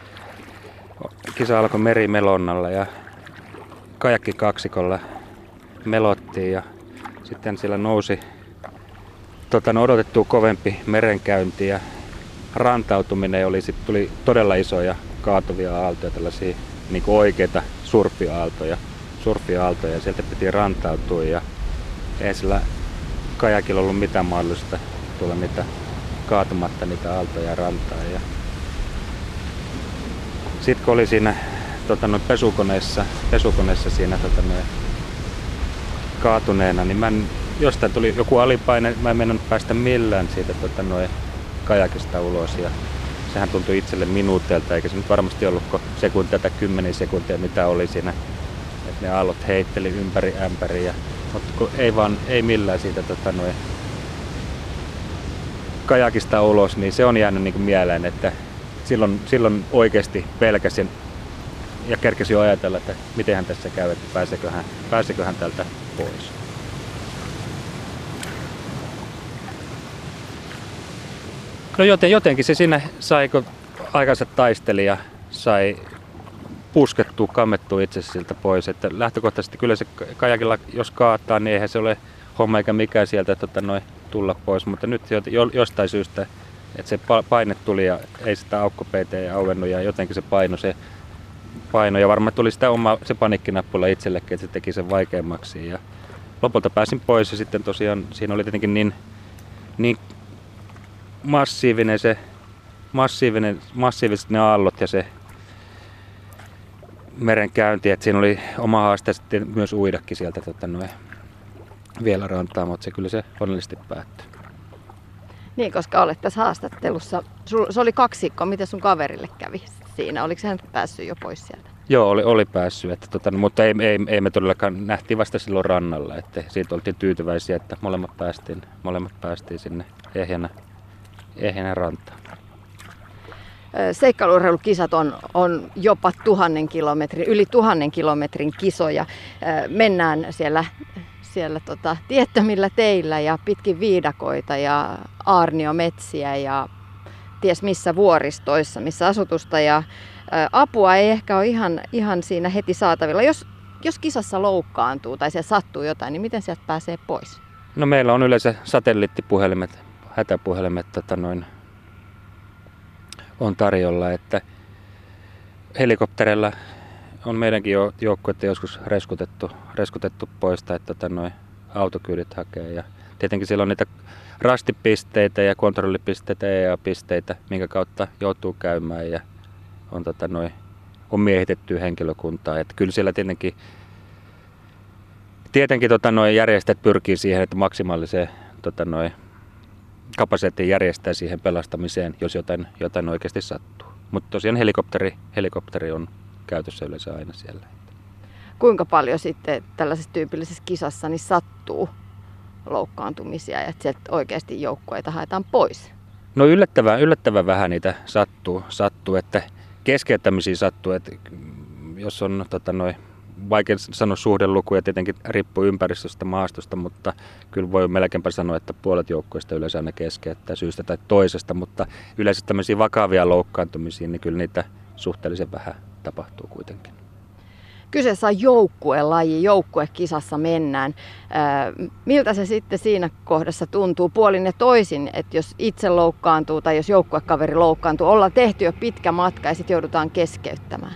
kisa alkoi merimelonnalla ja kajakkikaksikolla melottiin ja sitten siellä nousi tota, no, odotettua kovempi merenkäynti ja rantautuminen oli, sit tuli todella isoja kaatuvia aaltoja, tällaisia niin kuin oikeita surfia-aaltoja, surfia-aaltoja ja sieltä piti rantautua ja ei sillä kajakilla ollut mitään mahdollista tulla niitä kaatumatta niitä aaltoja rantaan. Ja sitten kun oli siinä tota, no, pesukoneessa, pesukoneessa siinä tota, no, kaatuneena, niin mä en, jostain tuli joku alipaine, mä en mennnyt päästä millään siitä tota, no, kajakista ulos. Ja sehän tuntui itselle minuuteilta, eikä se nyt varmasti ollut sekuntia tai kymmeniä sekuntia, mitä oli siinä. Et ne aallot heitteli ympäri ämpäri, mutta kun ei vaan, ei millään siitä tota, no, kajakista ulos, niin se on jäänyt niin kuin mieleen, että silloin, silloin oikeasti pelkäsin ja kerkesin jo ajatella, että mitenhän tässä käy, että pääseköhän, pääseköhän tältä pois. No joten, jotenkin se siinä sai, kun aikansa taisteli ja sai puskettua, kammettua itse siltä pois. Että lähtökohtaisesti kyllä se kajakilla, jos kaataa, niin eihän se ole homma eikä mikään sieltä tota, noin, tulla pois. Mutta nyt jostain syystä, että se paine tuli ja ei sitä aukkopeitä ei auennut ja jotenkin se paino, se paino. Ja varmaan tuli sitä oma se paniikkinappula itsellekin, että se teki sen vaikeammaksi. Ja lopulta pääsin pois ja sitten tosiaan siinä oli tietenkin niin, niin massiivinen se, massiivinen, massiiviset ne aallot ja se merenkäynti, että siinä oli oma haaste sitten myös uidakin sieltä tota, noin, vielä rantaa, mutta se kyllä se onnellisesti päättyi. Niin, koska olet tässä haastattelussa. Se oli kaksikko, miten sun kaverille kävi siinä? Oliko hän päässyt jo pois sieltä? Joo, oli, oli päässyt, että, tota, mutta ei, ei, ei me todellakaan nähtiin vasta silloin rannalla, että siitä oltiin tyytyväisiä, että molemmat päästiin, molemmat päästiin sinne ehjänä, ehjänä rantaan. Seikkailuurheilukisat on, on jopa tuhannen kilometrin, yli tuhannen kilometrin kisoja. Mennään siellä, siellä tota, tiettömillä teillä ja pitkin viidakoita ja aarniometsiä ja ties missä vuoristoissa, missä asutusta. Ja apua ei ehkä ole ihan, ihan siinä heti saatavilla. Jos, jos kisassa loukkaantuu tai se sattuu jotain, niin miten sieltä pääsee pois? No meillä on yleensä satelliittipuhelimet, hätäpuhelimet tota noin, on tarjolla, että helikopterilla on meidänkin joukkuetta joskus reskutettu, reskutettu pois, että tota noin autokyydit hakee. Ja tietenkin siellä on niitä rastipisteitä ja kontrollipisteitä ja pisteitä, minkä kautta joutuu käymään ja on, tota noin, on miehitettyä henkilökuntaa. Että kyllä siellä tietenkin, tietenkin tota noin järjestäjät pyrkii siihen, että maksimaaliseen tota noin kapasiteetti järjestää siihen pelastamiseen, jos jotain, jotain oikeasti sattuu. Mutta tosiaan helikopteri, helikopteri on käytössä yleensä aina siellä. kuinka paljon sitten tällaisessa tyypillisessä kisassa niin sattuu loukkaantumisia ja että sieltä oikeasti joukkueita haetaan pois? No yllättävän, yllättävän vähän niitä sattuu, sattuu että keskeyttämisiä sattuu, että jos on tota, noi, vaikea sanoa suhdelukuja, tietenkin riippuu ympäristöstä, maastosta, mutta kyllä voi melkeinpä sanoa, että puolet joukkueista yleensä aina keskeyttää syystä tai toisesta, mutta yleensä tämmöisiä vakavia loukkaantumisia, niin kyllä niitä suhteellisen vähän tapahtuu kuitenkin. Kyseessä on joukkuelaji, joukkuekisassa mennään. Miltä se sitten siinä kohdassa tuntuu puolin ja toisin, että jos itse loukkaantuu tai jos joukkuekaveri loukkaantuu, ollaan tehty jo pitkä matka ja sitten joudutaan keskeyttämään?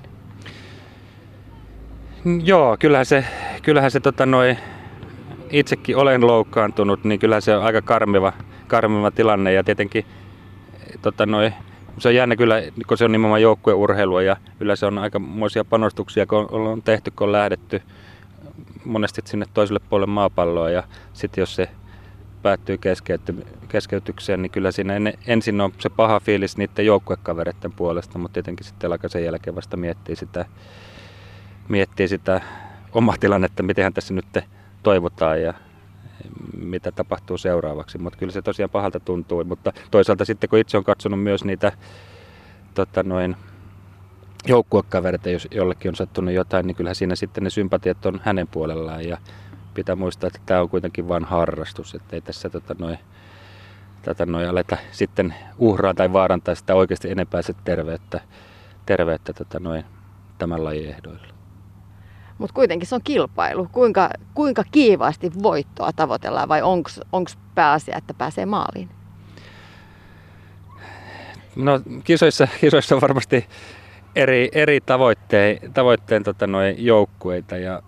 Joo, kyllähän se, kyllähän se tota noi, itsekin olen loukkaantunut, niin kyllähän se on aika karmiva, karmiva tilanne ja tietenkin tota noi, se on jännä kyllä, kun se on nimenomaan joukkueurheilua ja yleensä on aikamoisia panostuksia, kun on tehty, kun on lähdetty monesti sinne toiselle puolelle maapalloa ja sitten jos se päättyy keskeytykseen, niin kyllä siinä ensin on se paha fiilis niiden joukkuekavereiden puolesta, mutta tietenkin sitten alkaa sen jälkeen vasta miettiä sitä, miettiä sitä omaa tilannetta, mitenhän tässä nyt toivotaan ja mitä tapahtuu seuraavaksi, mutta kyllä se tosiaan pahalta tuntuu, mutta toisaalta sitten kun itse on katsonut myös niitä tota noin, joukkuekavereita, jos jollekin on sattunut jotain, niin kyllähän siinä sitten ne sympatiat on hänen puolellaan ja pitää muistaa, että tämä on kuitenkin vain harrastus, että ei tässä tota noin, tota noin aleta sitten uhraa tai vaarantaa sitä oikeasti enempää se terveyttä, terveyttä tota noin, tämän lajin ehdoilla. Mutta kuitenkin se on kilpailu. Kuinka, kuinka kiivaasti voittoa tavoitellaan vai onko pääasia, että pääsee maaliin? No kisoissa, kisoissa on varmasti eri, eri tavoitteen, tavoitteen tota, joukkueita ja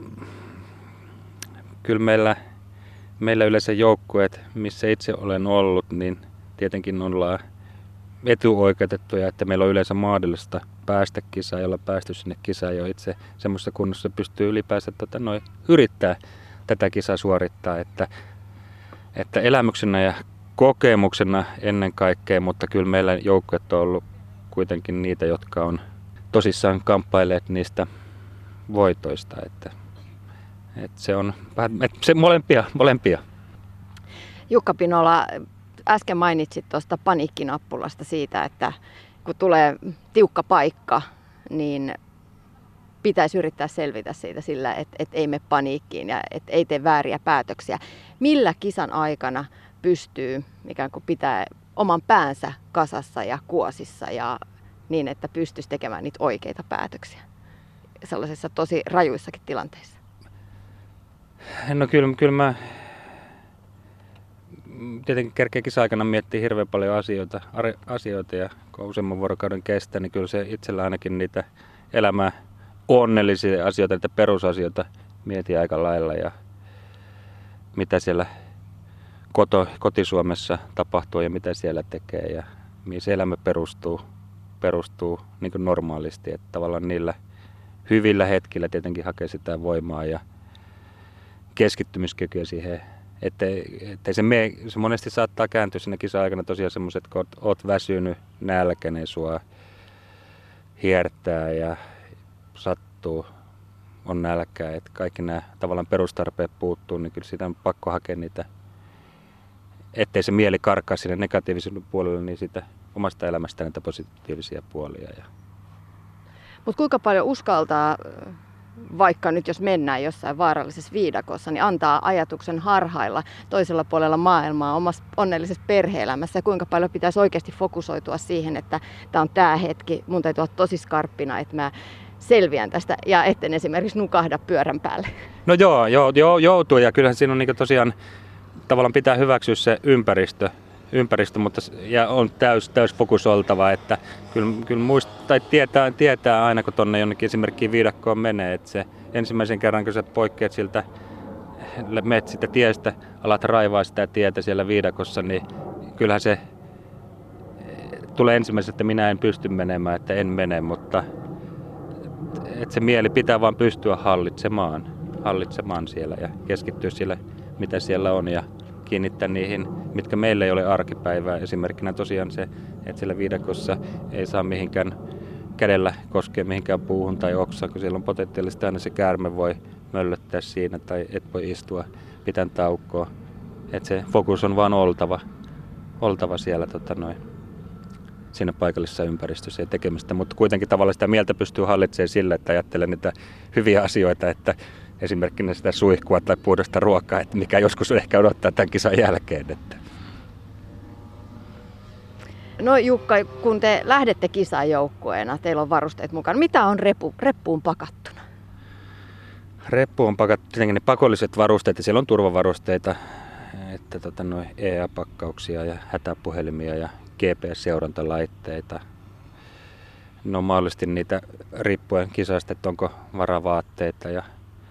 kyllä meillä, meillä yleensä joukkueet, missä itse olen ollut, niin tietenkin ollaan etuoikeutettuja, että meillä on yleensä mahdollista päästä kisaan, jolla päästy sinne kisaan jo itse semmoisessa kunnossa pystyy ylipäänsä tota, noi, yrittää tätä kisaa suorittaa, että, että elämyksenä ja kokemuksena ennen kaikkea, mutta kyllä meillä joukkueet on ollut kuitenkin niitä, jotka on tosissaan kamppailleet niistä voitoista, että, että se on että se molempia, molempia. Jukka Pinola, äsken mainitsit tuosta paniikkinappulasta siitä, että kun tulee tiukka paikka, niin pitäisi yrittää selvitä siitä sillä, että, että ei mene paniikkiin ja että ei tee vääriä päätöksiä. Millä kisan aikana pystyy ikään kuin pitää oman päänsä kasassa ja kuosissa ja niin, että pystyisi tekemään niitä oikeita päätöksiä sellaisissa tosi rajuissakin tilanteissa? No kyllä, kyllä mä tietenkin kerkeä kisa-aikana miettii hirveän paljon asioita, asioita ja kun useamman vuorokauden kestää, niin kyllä se itsellä ainakin niitä elämää onnellisia asioita, niitä perusasioita mietin aika lailla ja mitä siellä koto, kotisuomessa tapahtuu ja mitä siellä tekee ja mihin se elämä perustuu, perustuu niin kuin normaalisti, että tavallaan niillä hyvillä hetkillä tietenkin hakee sitä voimaa ja keskittymiskykyä siihen. Ettei, ettei se, mene, se monesti saattaa kääntyä siinä kisa-aikana tosiaan semmoiset, kun oot, oot väsynyt, nälkäinen, sua hiertää ja sattuu, on nälkää, että kaikki nämä tavallaan perustarpeet puuttuu, niin kyllä siitä on pakko hakea niitä, ettei se mieli karkaa sinne negatiivisen puolelle, niin sitä omasta elämästä näitä positiivisia puolia. Mutta kuinka paljon uskaltaa, vaikka nyt jos mennään jossain vaarallisessa viidakossa, niin antaa ajatuksen harhailla toisella puolella maailmaa omassa onnellisessa perhe-elämässä ja kuinka paljon pitäisi oikeasti fokusoitua siihen, että tämä on tämä hetki, mun täytyy olla tosi skarppina, että mä selviän tästä ja etten esimerkiksi nukahda pyörän päälle. No joo, joo, joo joutuu ja kyllähän siinä on niin tosiaan tavallaan pitää hyväksyä se ympäristö, ympäristö mutta ja on täys, täys fokusoitava, että kyllä, kyllä muist, tai tietää, tietää aina kun tuonne jonnekin esimerkiksi viidakkoon menee, että se ensimmäisen kerran kun sä poikkeat siltä, menet sitä tiestä, alat raivaa sitä tietä siellä viidakossa, niin kyllähän se tulee ensimmäisenä, että minä en pysty menemään, että en mene, mutta että se mieli pitää vaan pystyä hallitsemaan, hallitsemaan siellä ja keskittyä sille, mitä siellä on ja kiinnittää niihin, mitkä meillä ei ole arkipäivää. Esimerkkinä tosiaan se, että siellä viidakossa ei saa mihinkään kädellä koskea mihinkään puuhun tai oksaan, kun siellä on potentiaalisesti aina se käärme voi möllöttää siinä tai et voi istua pitän taukoa. Että se fokus on vaan oltava, oltava siellä tota noin, siinä paikallisessa ympäristössä ja tekemistä, mutta kuitenkin tavallaan sitä mieltä pystyy hallitsemaan sillä, että ajattelee niitä hyviä asioita, että esimerkkinä sitä suihkua tai puhdasta ruokaa, että mikä joskus ehkä odottaa tämän kisan jälkeen. Että. No Jukka, kun te lähdette kisan joukkueena, teillä on varusteet mukana. Mitä on repu, reppuun pakattuna? Reppu on pakattu tietenkin ne pakolliset varusteet ja siellä on turvavarusteita, että tota, noin E A-pakkauksia ja hätäpuhelimia ja G P S-seurantalaitteita. No mahdollisesti niitä riippuen kisasta, että onko varavaatteita ja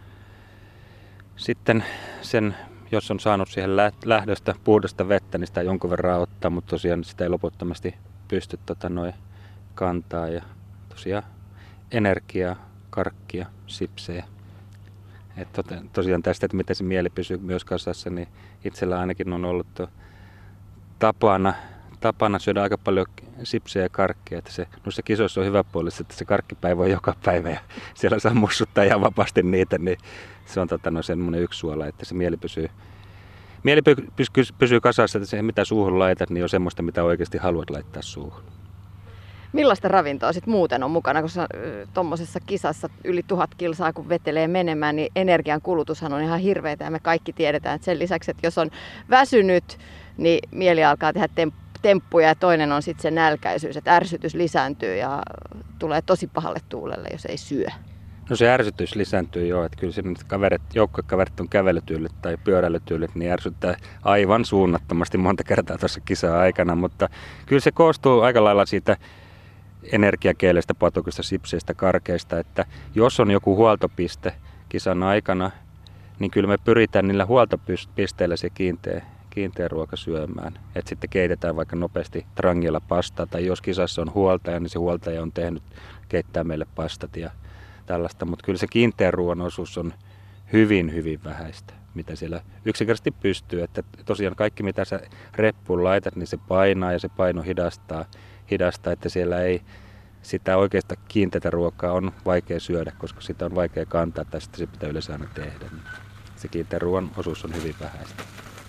sitten sen, jos on saanut siihen lähdöstä puhdasta vettä, niin sitä jonkun verran ottaa, mutta tosiaan sitä ei loputtomasti pysty tota, noin kantaa ja tosiaan energiaa, karkkia, sipsejä. Et tosiaan tästä, että miten se mieli pysyy myös kasassa, niin itsellä ainakin on ollut tapana, tapana syödä aika paljon sipsejä ja karkkia. Että se, noissa kisoissa on hyvä puoli, että se karkkipäivä on joka päivä ja siellä saa mussuttaa ihan vapaasti niitä, niin se on tota, no, semmoinen yksi suola, että se mieli pysyy, mieli pysyy, pysyy kasassa, että se mitä suuhun laitat, niin on semmoista, mitä oikeasti haluat laittaa suuhun. Millaista ravintoa sitten muuten on mukana, koska tuommoisessa kisassa yli tuhat kilsaa kun vetelee menemään, niin energian kulutushan on ihan hirveätä ja me kaikki tiedetään, että sen lisäksi, että jos on väsynyt, niin mieli alkaa tehdä temppuja ja toinen on sitten se nälkäisyys, että ärsytys lisääntyy ja tulee tosi pahalle tuulelle, jos ei syö. No se ärsytys lisääntyy jo, että kyllä se kaverit, joukkuekaverit on kävelytyylit tai pyöräilytyylit, niin ärsyttää aivan suunnattomasti monta kertaa tuossa kisaa aikana, mutta kyllä se koostuu aika lailla siitä energiakeelestä, patukista, sipseistä, karkeista, että jos on joku huoltopiste kisan aikana, niin kyllä me pyritään niillä huoltopisteillä se kiinteä, kiinteä ruoka syömään. Että sitten keitetään vaikka nopeasti trangilla pastaa, tai jos kisassa on huoltaja, niin se huoltaja on tehnyt keittää meille pastat ja tällaista. Mutta kyllä se kiinteän ruoan osuus on hyvin, hyvin vähäistä, mitä siellä yksinkertaisesti pystyy. Että tosiaan kaikki, mitä sä reppuun laitat, niin se painaa ja se paino hidastaa. hidasta, että siellä ei sitä oikeasta kiinteätä ruokaa on vaikea syödä, koska sitä on vaikea kantaa tai sitten se pitää yleensä aina tehdä. Se kiinteän ruoan osuus on hyvin vähäistä.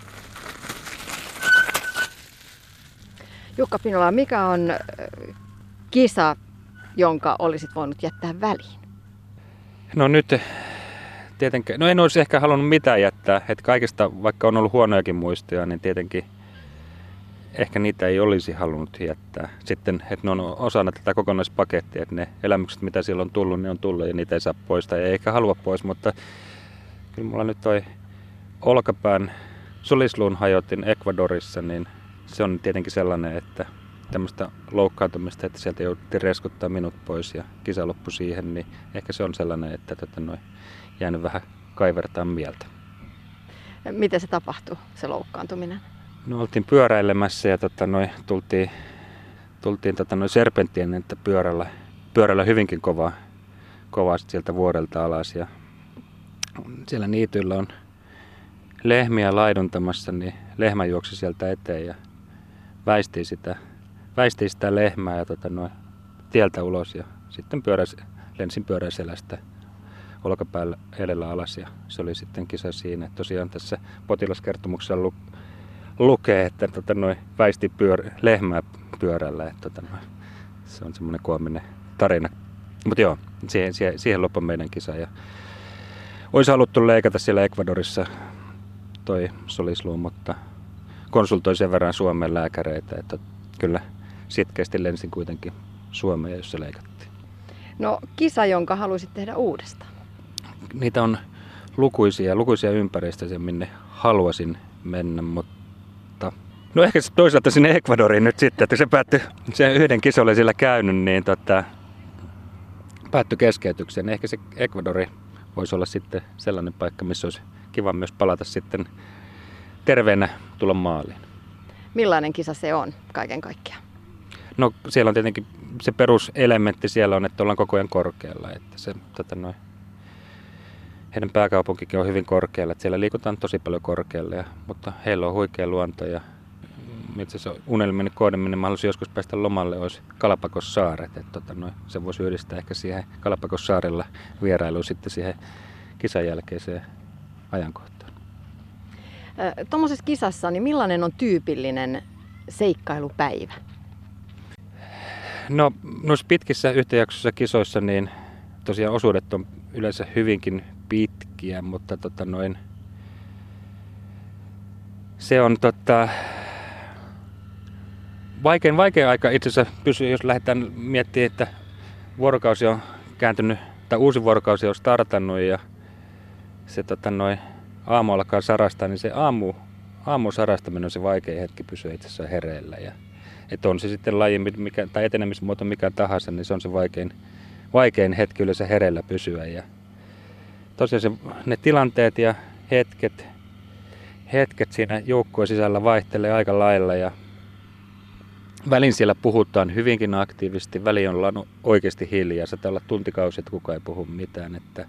Jukka Pinola, mikä on kisa, jonka olisit voinut jättää väliin? No nyt tietenkin, no en olisi ehkä halunnut mitään jättää, että kaikista, vaikka on ollut huonojakin muistoja, niin tietenkin ehkä niitä ei olisi halunnut jättää. Sitten, että ne on osana tätä kokonaispakettia, että ne elämykset, mitä siellä on tullut, ne on tullut ja niitä ei saa poistaa. Ja eikä halua pois, mutta kyllä mulla nyt toi olkapään solisluun hajotin Ecuadorissa, niin se on tietenkin sellainen, että tämmöistä loukkaantumista, että sieltä jouduttiin reskuttaa minut pois ja kisa loppui siihen, niin ehkä se on sellainen, että tätä noin jäänyt vähän kaivertaa mieltä. Miten se tapahtui, se loukkaantuminen? No oltiin pyöräilemässä ja tota, noi, tultiin, tultiin tota, noi serpenttien että pyörällä, pyörällä hyvinkin kovaa, kovaa sieltä vuorelta alas. Ja siellä niityllä on lehmiä laiduntamassa, niin lehmä juoksi sieltä eteen ja väisti sitä, väisti sitä lehmää ja tota, noi, tieltä ulos. Ja sitten pyöräs, lensin pyöräselästä olkapäällä edellä alas ja se oli sitten kisa siinä. Tosiaan tässä potilaskertomuksessa lu- lukee, että tota, noi, väisti pyör- lehmää pyörällä. Että, tota, noi, se on semmoinen koominen tarina. Mutta joo, siihen, siihen, siihen loppui meidän kisa. Ja olisi haluttu leikata siellä Ecuadorissa toi solisluu, mutta konsultoin sen verran Suomen lääkäreitä, että kyllä sitkeästi lensin kuitenkin Suomeen, jossa leikattiin. No kisa, jonka haluaisit tehdä uudestaan? Niitä on lukuisia, lukuisia ympäristöjä, minne haluaisin mennä, mutta no ehkä se toisaalta sinne Ecuadoriin nyt sitten, että se päättyi, se yhden kisa oli siellä käynyt, niin tota, päättyi keskeytykseen. Ehkä se Ecuadori voisi olla sitten sellainen paikka, missä olisi kiva myös palata sitten terveenä tulla maaliin. Millainen kisa se on kaiken kaikkiaan? No siellä on tietenkin se peruselementti siellä on, että ollaan koko ajan korkealla. Että se, tota noin, heidän pääkaupunkikin on hyvin korkealla, että siellä liikutaan tosi paljon korkealle, ja, mutta heillä on huikea luonto ja itse asiassa unelmini kohdemmin, mä haluaisin joskus päästä lomalle, olisi Galapagossaaret. Että tota, no, se voisi yhdistää ehkä siihen Galapagossaarella vierailuun sitten siihen kisan jälkeiseen ajankohtaan. Tuommoisessa kisassa, niin millainen on tyypillinen seikkailupäivä? No noissa pitkissä yhtäjaksoisissa kisoissa niin tosiaan osuudet on yleensä hyvinkin pitkiä, mutta tota noin, se on tota, vaikein, vaikein aika itse asiassa pysyä, jos lähdetään miettimään, että vuorokausi on kääntynyt tai uusi vuorokausi on startannut ja se tota noin, aamu alkaa sarastaa, niin se aamu, aamu sarastaminen on se vaikein hetki pysyä itse asiassa hereillä. Ja, että on se sitten laji mikä, tai etenemismuoto mikä tahansa, niin se on se vaikein, vaikein hetki yleensä hereillä pysyä. Ja tosiaan se, ne tilanteet ja hetket, hetket siinä joukkueen sisällä vaihtelee aika lailla ja välin siellä puhutaan hyvinkin aktiivisesti, väliin ollaan oikeasti hiljaa, saattaa olla tuntikausi, että kukaan ei puhu mitään. Että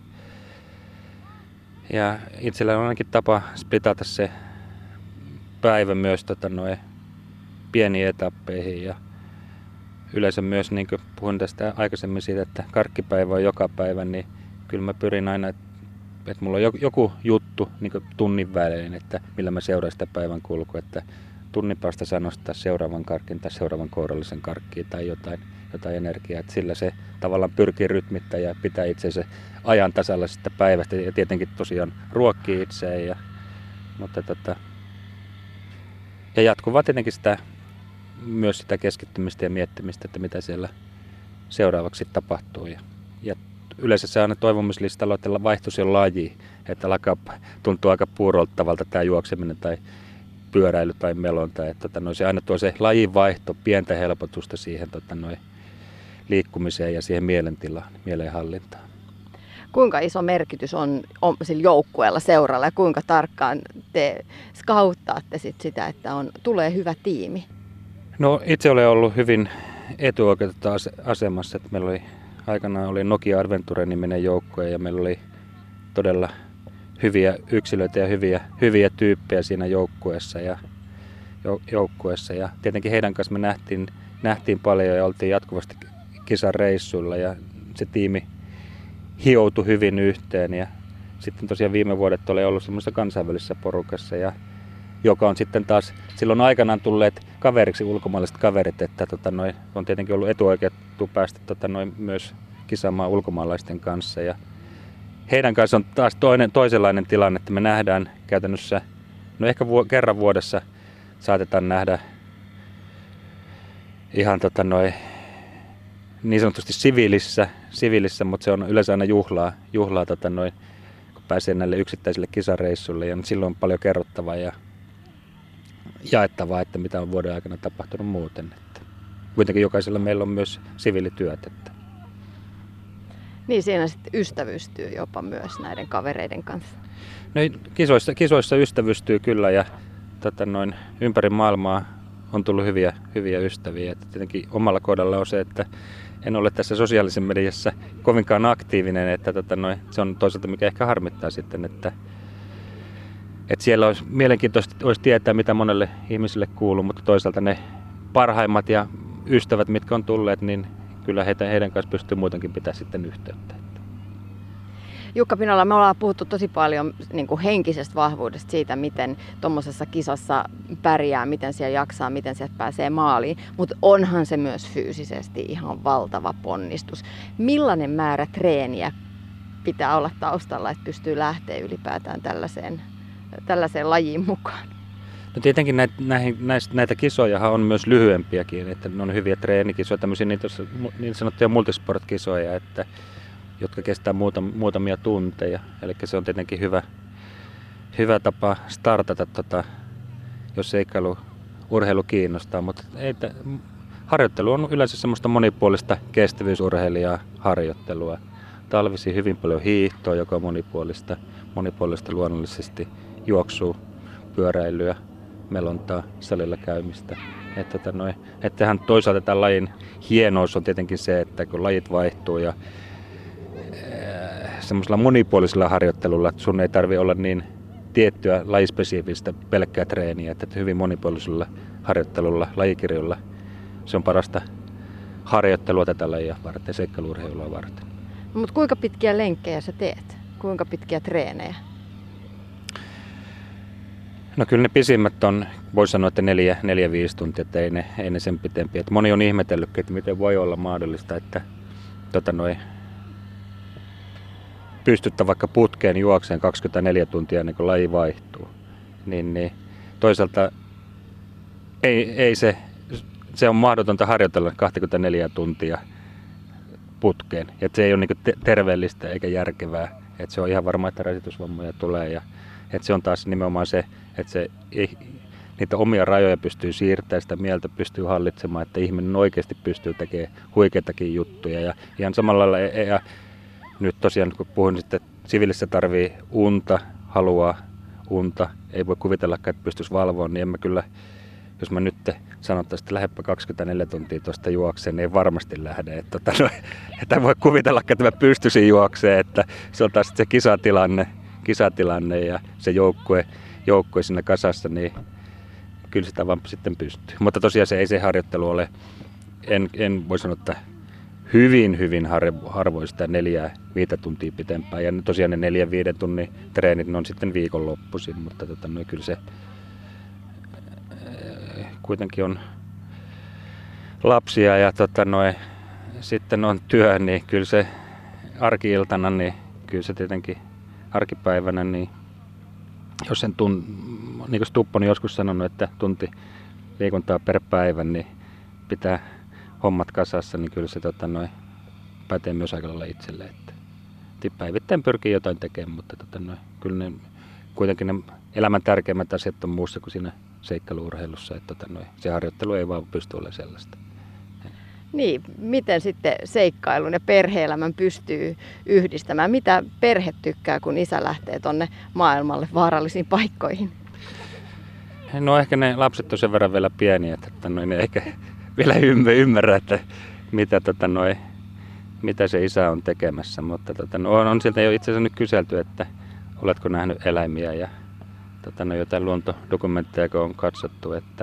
ja itsellä on ainakin tapa splitata se päivä myös tota, noin pieniin etappeihin ja yleensä myös, niin kuin puhuin tästä aikaisemmin siitä, että karkkipäivä on joka päivä, niin kyllä mä pyrin aina, että, että mulla on joku juttu niin kuin tunnin välein, että millä mä seuraan sitä päivän kulkua, että tunnin päästä saa nostaa seuraavan karkin tai seuraavan kourallisen karkkiin tai jotain, jotain energiaa, että sillä se tavallaan pyrkii rytmittämään ja pitää itsensä ajan tasalla sitä päivästä ja tietenkin tosiaan ruokkii itseään ja, mutta tota, ja jatkuvaa tietenkin sitä, myös sitä keskittymistä ja miettimistä, että mitä siellä seuraavaksi tapahtuu. Ja, ja yleensä se aina toivomislistalla, että vaihtuisi jo laji, että alkaa tuntuu aika puuroltavalta tämä juokseminen tai pyöräily tai melonta. Että tota, no, se aina tuo se lajin vaihto, pientä helpotusta siihen tota, no, liikkumiseen ja siihen mielentilaan, mielenhallintaan. Kuinka iso merkitys on, on sillä joukkueella, seuralla ja kuinka tarkkaan te skauttaatte sit sitä, että on, tulee hyvä tiimi? No itse olen ollut hyvin etuoikeutetussa asemassa, että meillä oli aikanaan oli Nokia Adventure-niminen joukkue ja meillä oli todella hyviä yksilöitä ja hyviä, hyviä tyyppejä siinä joukkueessa ja, joukkueessa ja tietenkin heidän kanssa me nähtiin, nähtiin paljon ja oltiin jatkuvasti kisareissuilla ja se tiimi hioutui hyvin yhteen ja sitten tosiaan viime vuodet oli ollut semmoisessa kansainvälisessä porukassa ja joka on sitten taas silloin aikanaan tulleet kaveriksi ulkomaalaiset kaverit, että tota noin, on tietenkin ollut etuoikeutettu päästä tota noin, myös kisaamaan ulkomaalaisten kanssa ja heidän kanssa on taas toinen, toisenlainen tilanne, että me nähdään käytännössä, no ehkä vu- kerran vuodessa saatetaan nähdä ihan tota noin, niin sanotusti siviilissä, siviilissä, mutta se on yleensä aina juhlaa, juhlaa tota noin, kun pääsee näille yksittäisille kisareissuille ja silloin on paljon kerrottavaa ja jaettavaa, että mitä on vuoden aikana tapahtunut muuten. Että kuitenkin jokaisella meillä on myös siviilityöt. Että. Niin siinä sitten ystävystyy jopa myös näiden kavereiden kanssa. No, kisoissa, kisoissa ystävystyy kyllä ja tota noin, ympäri maailmaa on tullut hyviä, hyviä ystäviä. Että tietenkin omalla kohdalla on se, että en ole tässä sosiaalisessa mediassa kovinkaan aktiivinen, että tota noin, se on toisaalta mikä ehkä harmittaa sitten, että että siellä olisi mielenkiintoista olisi tietää, mitä monelle ihmiselle kuuluu, mutta toisaalta ne parhaimmat ja ystävät, mitkä on tulleet, niin kyllä heitä, heidän kanssa pystyy muutenkin pitää sitten yhteyttä. Jukka Pinala, me ollaan puhuttu tosi paljon niin kuin henkisestä vahvuudesta siitä, miten tuommoisessa kisassa pärjää, miten siellä jaksaa, miten sieltä pääsee maaliin, mutta onhan se myös fyysisesti ihan valtava ponnistus. Millainen määrä treeniä pitää olla taustalla, että pystyy lähteä ylipäätään tällaiseen tällaiseen lajiin mukaan? No tietenkin näitä, näitä, näitä kisojahan on myös lyhyempiäkin, että ne on hyviä treenikisoja, tämmöisiä niin, niin sanottuja multisport-kisoja, että, jotka kestää muutam, muutamia tunteja. Eli se on tietenkin hyvä, hyvä tapa startata, tota, jos seikkailu, urheilu kiinnostaa, mutta ei, harjoittelu on yleensä semmoista monipuolista kestävyysurheilijaa harjoittelua. Talvisin hyvin paljon hiihtoa, joka on monipuolista, monipuolista luonnollisesti. Juoksua, pyöräilyä, melontaa, salilla käymistä. Että, että, noin, että toisaalta tämän lajin hienous on tietenkin se, että kun lajit vaihtuu ja semmoisella monipuolisella harjoittelulla, että sun ei tarvitse olla niin tiettyä lajispesiifistä pelkkää treeniä, että hyvin monipuolisella harjoittelulla, lajikirjolla se on parasta harjoittelua tätä lajia varten, seikkailu-urheilua varten. No, mutta kuinka pitkiä lenkkejä sä teet? Kuinka pitkiä treenejä? No kyllä ne pisimmät on, voisi sanoa, että neljä, neljä viisi tuntia, että ei ne, ei ne sen pitempiä. Että moni on ihmetellytkin, että miten voi olla mahdollista, että tota noi, pystyttä vaikka putkeen juokseen kaksikymmentäneljä tuntia ennen kuin laji vaihtuu. Niin, niin toisaalta ei, ei se, se on mahdotonta harjoitella kaksikymmentäneljä tuntia putkeen. Että se ei ole niin terveellistä eikä järkevää. Että se on ihan varma, että rasitusvammoja tulee. Ja, että se on taas nimenomaan se, että se ei, niitä omia rajoja pystyy siirtämään, sitä mieltä pystyy hallitsemaan, että ihminen oikeasti pystyy tekemään huikeitakin juttuja. Ja ihan samalla lailla, ja nyt tosiaan kun puhun sitten, että siviilissä tarvii unta, haluaa unta, ei voi kuvitellakaan, että pystyisi valvoa, niin en mä kyllä, jos mä nyt sanottaisiin, että lähdepä kaksikymmentäneljä tuntia tuosta juokseen, niin ei varmasti lähde. Että, tota, no, että voi kuvitellakaan, että mä pystyisin juokseen, että se on taas se kisatilanne, kisatilanne ja se joukkue, joukkue siinä kasassa, niin kyllä sitä vaan sitten pystyy. Mutta tosiaan se ei se harjoittelu ole, en, en voi sanoa, että hyvin, hyvin harvoin sitä neljää, viitä tuntia pitempään. Ja tosiaan ne neljän, viiden tunnin treenit ne on sitten viikonloppuisin, mutta tota, no, kyllä se kuitenkin on lapsia ja tota, no, sitten on työ, niin kyllä se arki-iltana, niin kyllä se tietenkin arkipäivänä, niin jos sen tun, niin kuin Stuppo on joskus sanonut, että tunti liikuntaa per päivä, niin pitää hommat kasassa, niin kyllä se tota, noi, pätee myös aika lailla itselle. Että päivittäin pyrkii jotain tekemään, mutta tota, noi, kyllä ne, kuitenkin ne elämän tärkeimmät asiat on muussa kuin siinä seikkailu-urheilussa. Että, tota, noi, se harjoittelu ei vaan pysty olemaan sellaista. Niin, miten sitten seikkailun ja perhe-elämän pystyy yhdistämään? Mitä perhe tykkää, kun isä lähtee tonne maailmalle vaarallisiin paikkoihin? No ehkä ne lapset on sen verran vielä pieniä, että tota, noi, ne ehkä vielä ymmärrä, että mitä, tota, noi, mitä se isä on tekemässä. Mutta tota, no, on, on sieltä jo itse asiassa nyt kyselty, että oletko nähnyt eläimiä ja tota, no, jotain luontodokumentteja, kun on katsottu, että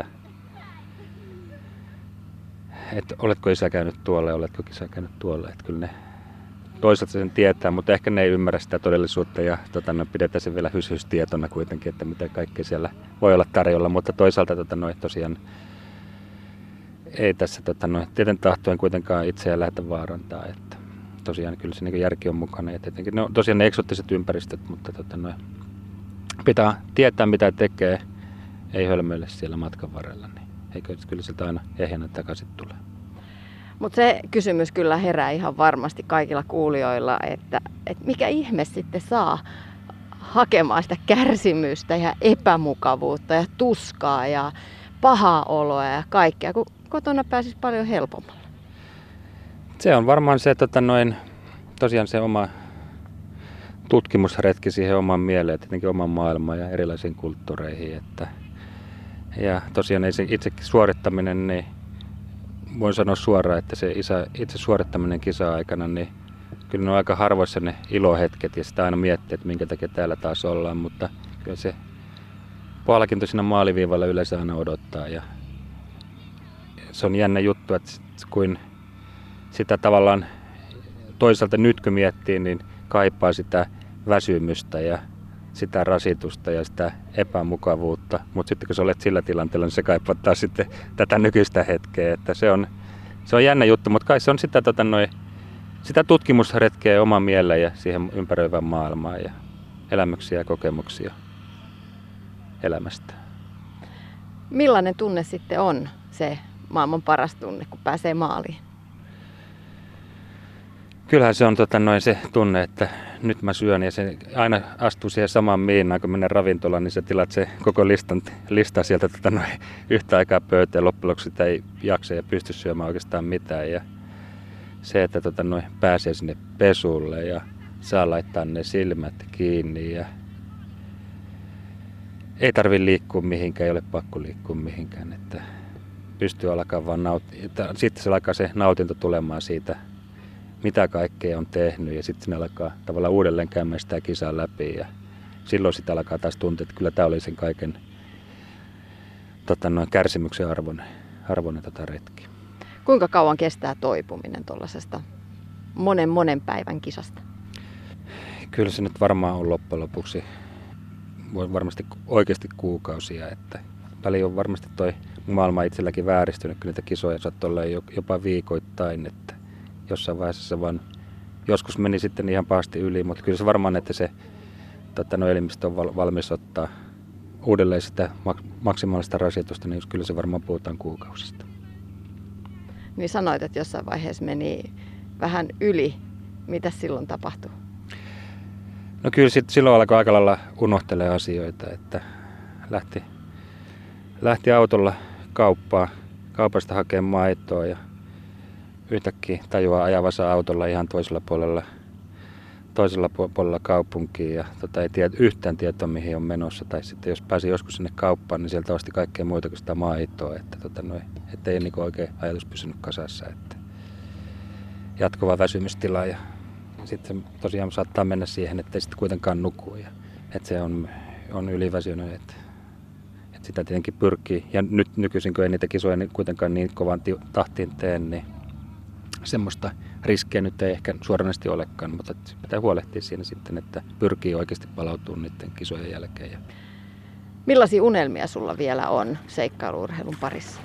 että oletko isä käynyt tuolla ja oletko isä käynyt tuolla. Että kyllä ne toisaalta sen tietää, mutta ehkä ne ei ymmärrä sitä todellisuutta ja tota, no, pidetään se vielä hysyystietona kuitenkin, että mitä kaikkea siellä voi olla tarjolla. Mutta toisaalta tota, no, tosiaan ei tässä tota, no, tieten tahtoen kuitenkaan itseään lähdetä vaarantaa. Että tosiaan kyllä se niin järki on mukana ja tietenkin no, tosiaan ne eksoottiset ympäristöt, mutta tota, no, pitää tietää mitä tekee, ei hölmöille siellä matkan varrella. Niin. Eikö kyllä siltä aina ehjänä takaisin tulee. Mutta se kysymys kyllä herää ihan varmasti kaikilla kuulijoilla, että, että mikä ihme sitten saa hakemaan sitä kärsimystä ja epämukavuutta ja tuskaa ja pahaa oloa ja kaikkea, kun kotona pääsisi paljon helpommalla. Se on varmaan se, tota noin, tosiaan se oma tutkimusretki siihen omaan mieleen, tietenkin omaan maailmaan ja erilaisiin kulttuureihin. Että ja tosiaan ei se itse suorittaminen, niin voin sanoa suoraan, että se isä, itse suorittaminen kisa-aikana, niin kyllä ne on aika harvoissa ne ilohetket ja sitä aina miettii, että minkä takia täällä taas ollaan, mutta kyllä se palkinto siinä maaliviivalla yleensä aina odottaa ja se on jännä juttu, että kuin sitä tavallaan toisaalta nyt kun miettii, niin kaipaa sitä väsymystä ja sitä rasitusta ja sitä epämukavuutta, mutta sitten kun sä olet sillä tilanteella, niin se kaipaa sitten tätä nykyistä hetkeä, että se on, se on jännä juttu, mutta kai se on sitä, tota, noi, sitä tutkimusretkeä oman mieleen ja siihen ympäröivään maailmaan ja elämyksiä ja kokemuksia elämästä. Millainen tunne sitten on se maailman paras tunne, kun pääsee maaliin? Kyllähän se on tota, noin se tunne, että nyt mä syön ja se aina astuu siihen samaan miinaan, kun menen ravintolaan, niin sä tilat se koko listan, listaa sieltä tota, noin, yhtä aikaa pöytään ja loppujen lopuksi sitä ei jaksa ja pysty syömään oikeastaan mitään. Ja se, että tota, noin, pääsee sinne pesulle ja saa laittaa ne silmät kiinni ja ei tarvitse liikkua mihinkään, ei ole pakko liikkua mihinkään, että pystyy alkaa vaan nauttia. Sitten se alkaa se nautinto tulemaan siitä, mitä kaikkea on tehnyt ja sitten sinne alkaa tavallaan uudelleen käymään sitä kisaa läpi ja silloin sitä alkaa taas tuntea, että kyllä tämä oli sen kaiken tota, noin kärsimyksen arvoinen, arvoinen tota retki. Kuinka kauan kestää toipuminen tuollaisesta monen monen päivän kisasta? Kyllä se nyt varmaan on loppujen lopuksi voi varmasti oikeasti kuukausia, että väliin on varmasti toi maailma itselläkin vääristynyt, kun niitä kisoja saattoi olla jopa viikoittain, että jossain vaiheessa se vaan joskus meni sitten ihan pahasti yli, mutta kyllä se varmaan, että se tota, no, elimistö on val, valmis ottaa uudelleen sitä mak- maksimaalista rasitusta, niin kyllä se varmaan puhutaan kuukausista. Niin sanoit, että jossain vaiheessa meni vähän yli. Mitä silloin tapahtui? No kyllä sit, silloin alkoi aika lailla unohtelemaan asioita, että lähti, lähti autolla kauppaan, kaupasta hakemaan maitoa ja yhtäkkiä tajuaa ajavansa autolla ihan toisella puolella, toisella puolella kaupunkiin ja tota, ei tiedä yhtään tietoa mihin on menossa. Tai sitten jos pääsi joskus sinne kauppaan, niin sieltä osti kaikkea muuta kuin sitä maitoa, että tota, no, et ei niinku oikein ajatus pysynyt kasassa. Että jatkuva väsymystila ja sitten tosiaan saattaa mennä siihen, että ei sitten kuitenkaan nuku ja että se on, on yliväsynyt. Että, että sitä tietenkin pyrkii ja nyt nykyisin kun ei niitä kisoja niin kuitenkaan niin kovan tahtiin tee, niin semmoista riskiä nyt ei ehkä suoranaisesti olekaan, mutta pitää huolehtia siinä sitten, että pyrkii oikeasti palautumaan niiden kisojen jälkeen. Millaisia unelmia sulla vielä on seikkailu-urheilun parissa?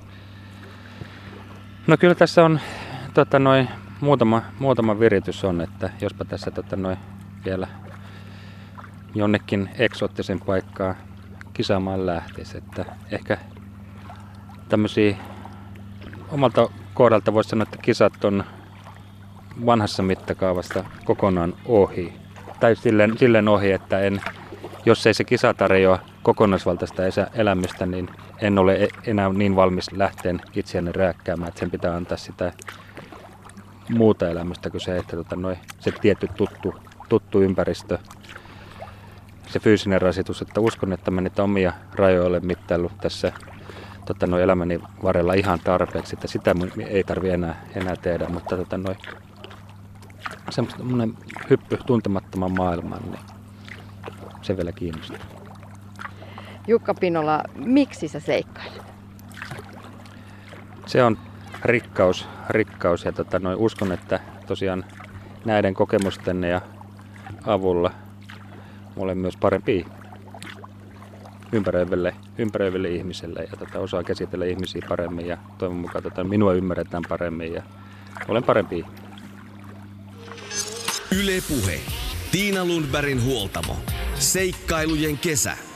No kyllä tässä on tota, noin, muutama, muutama viritys on, että jospa tässä tota, noin, vielä jonnekin eksoottisen paikkaan kisaamaan lähtisi. Että ehkä tämmöisiä omalta kohdalta voisi sanoa, että kisat on vanhassa mittakaavassa kokonaan ohi. Tai silleen, silleen ohi, että en, jos ei se kisa tarjoa kokonaisvaltaista elämystä, niin en ole enää niin valmis lähteen itseäni rääkkäämään. Että sen pitää antaa sitä muuta elämystä kuin se, että tota, noi, se tietty tuttu, tuttu ympäristö, se fyysinen rasitus. Että uskon, että mä niitä omia rajoja olen mittaillut tässä Tota, no, elämäni varrella ihan tarpeeksi, että sitä ei tarvitse enää, enää tehdä, mutta tota, no, semmoinen hyppy tuntemattoman maailmaan, niin se vielä kiinnostaa. Jukka Pinola, miksi sä seikkailet? Se on rikkaus, rikkaus ja tota, no, uskon, että tosiaan näiden kokemusten ja avulla olen myös parempi ympäröiville, ympäröiville ihmisille ja tota, osaa käsitellä ihmisiä paremmin ja toivon mukaan tota, minua ymmärretään paremmin ja olen parempi. Yle Puhe. Tiina Lundbergin huoltamo. Seikkailujen kesä.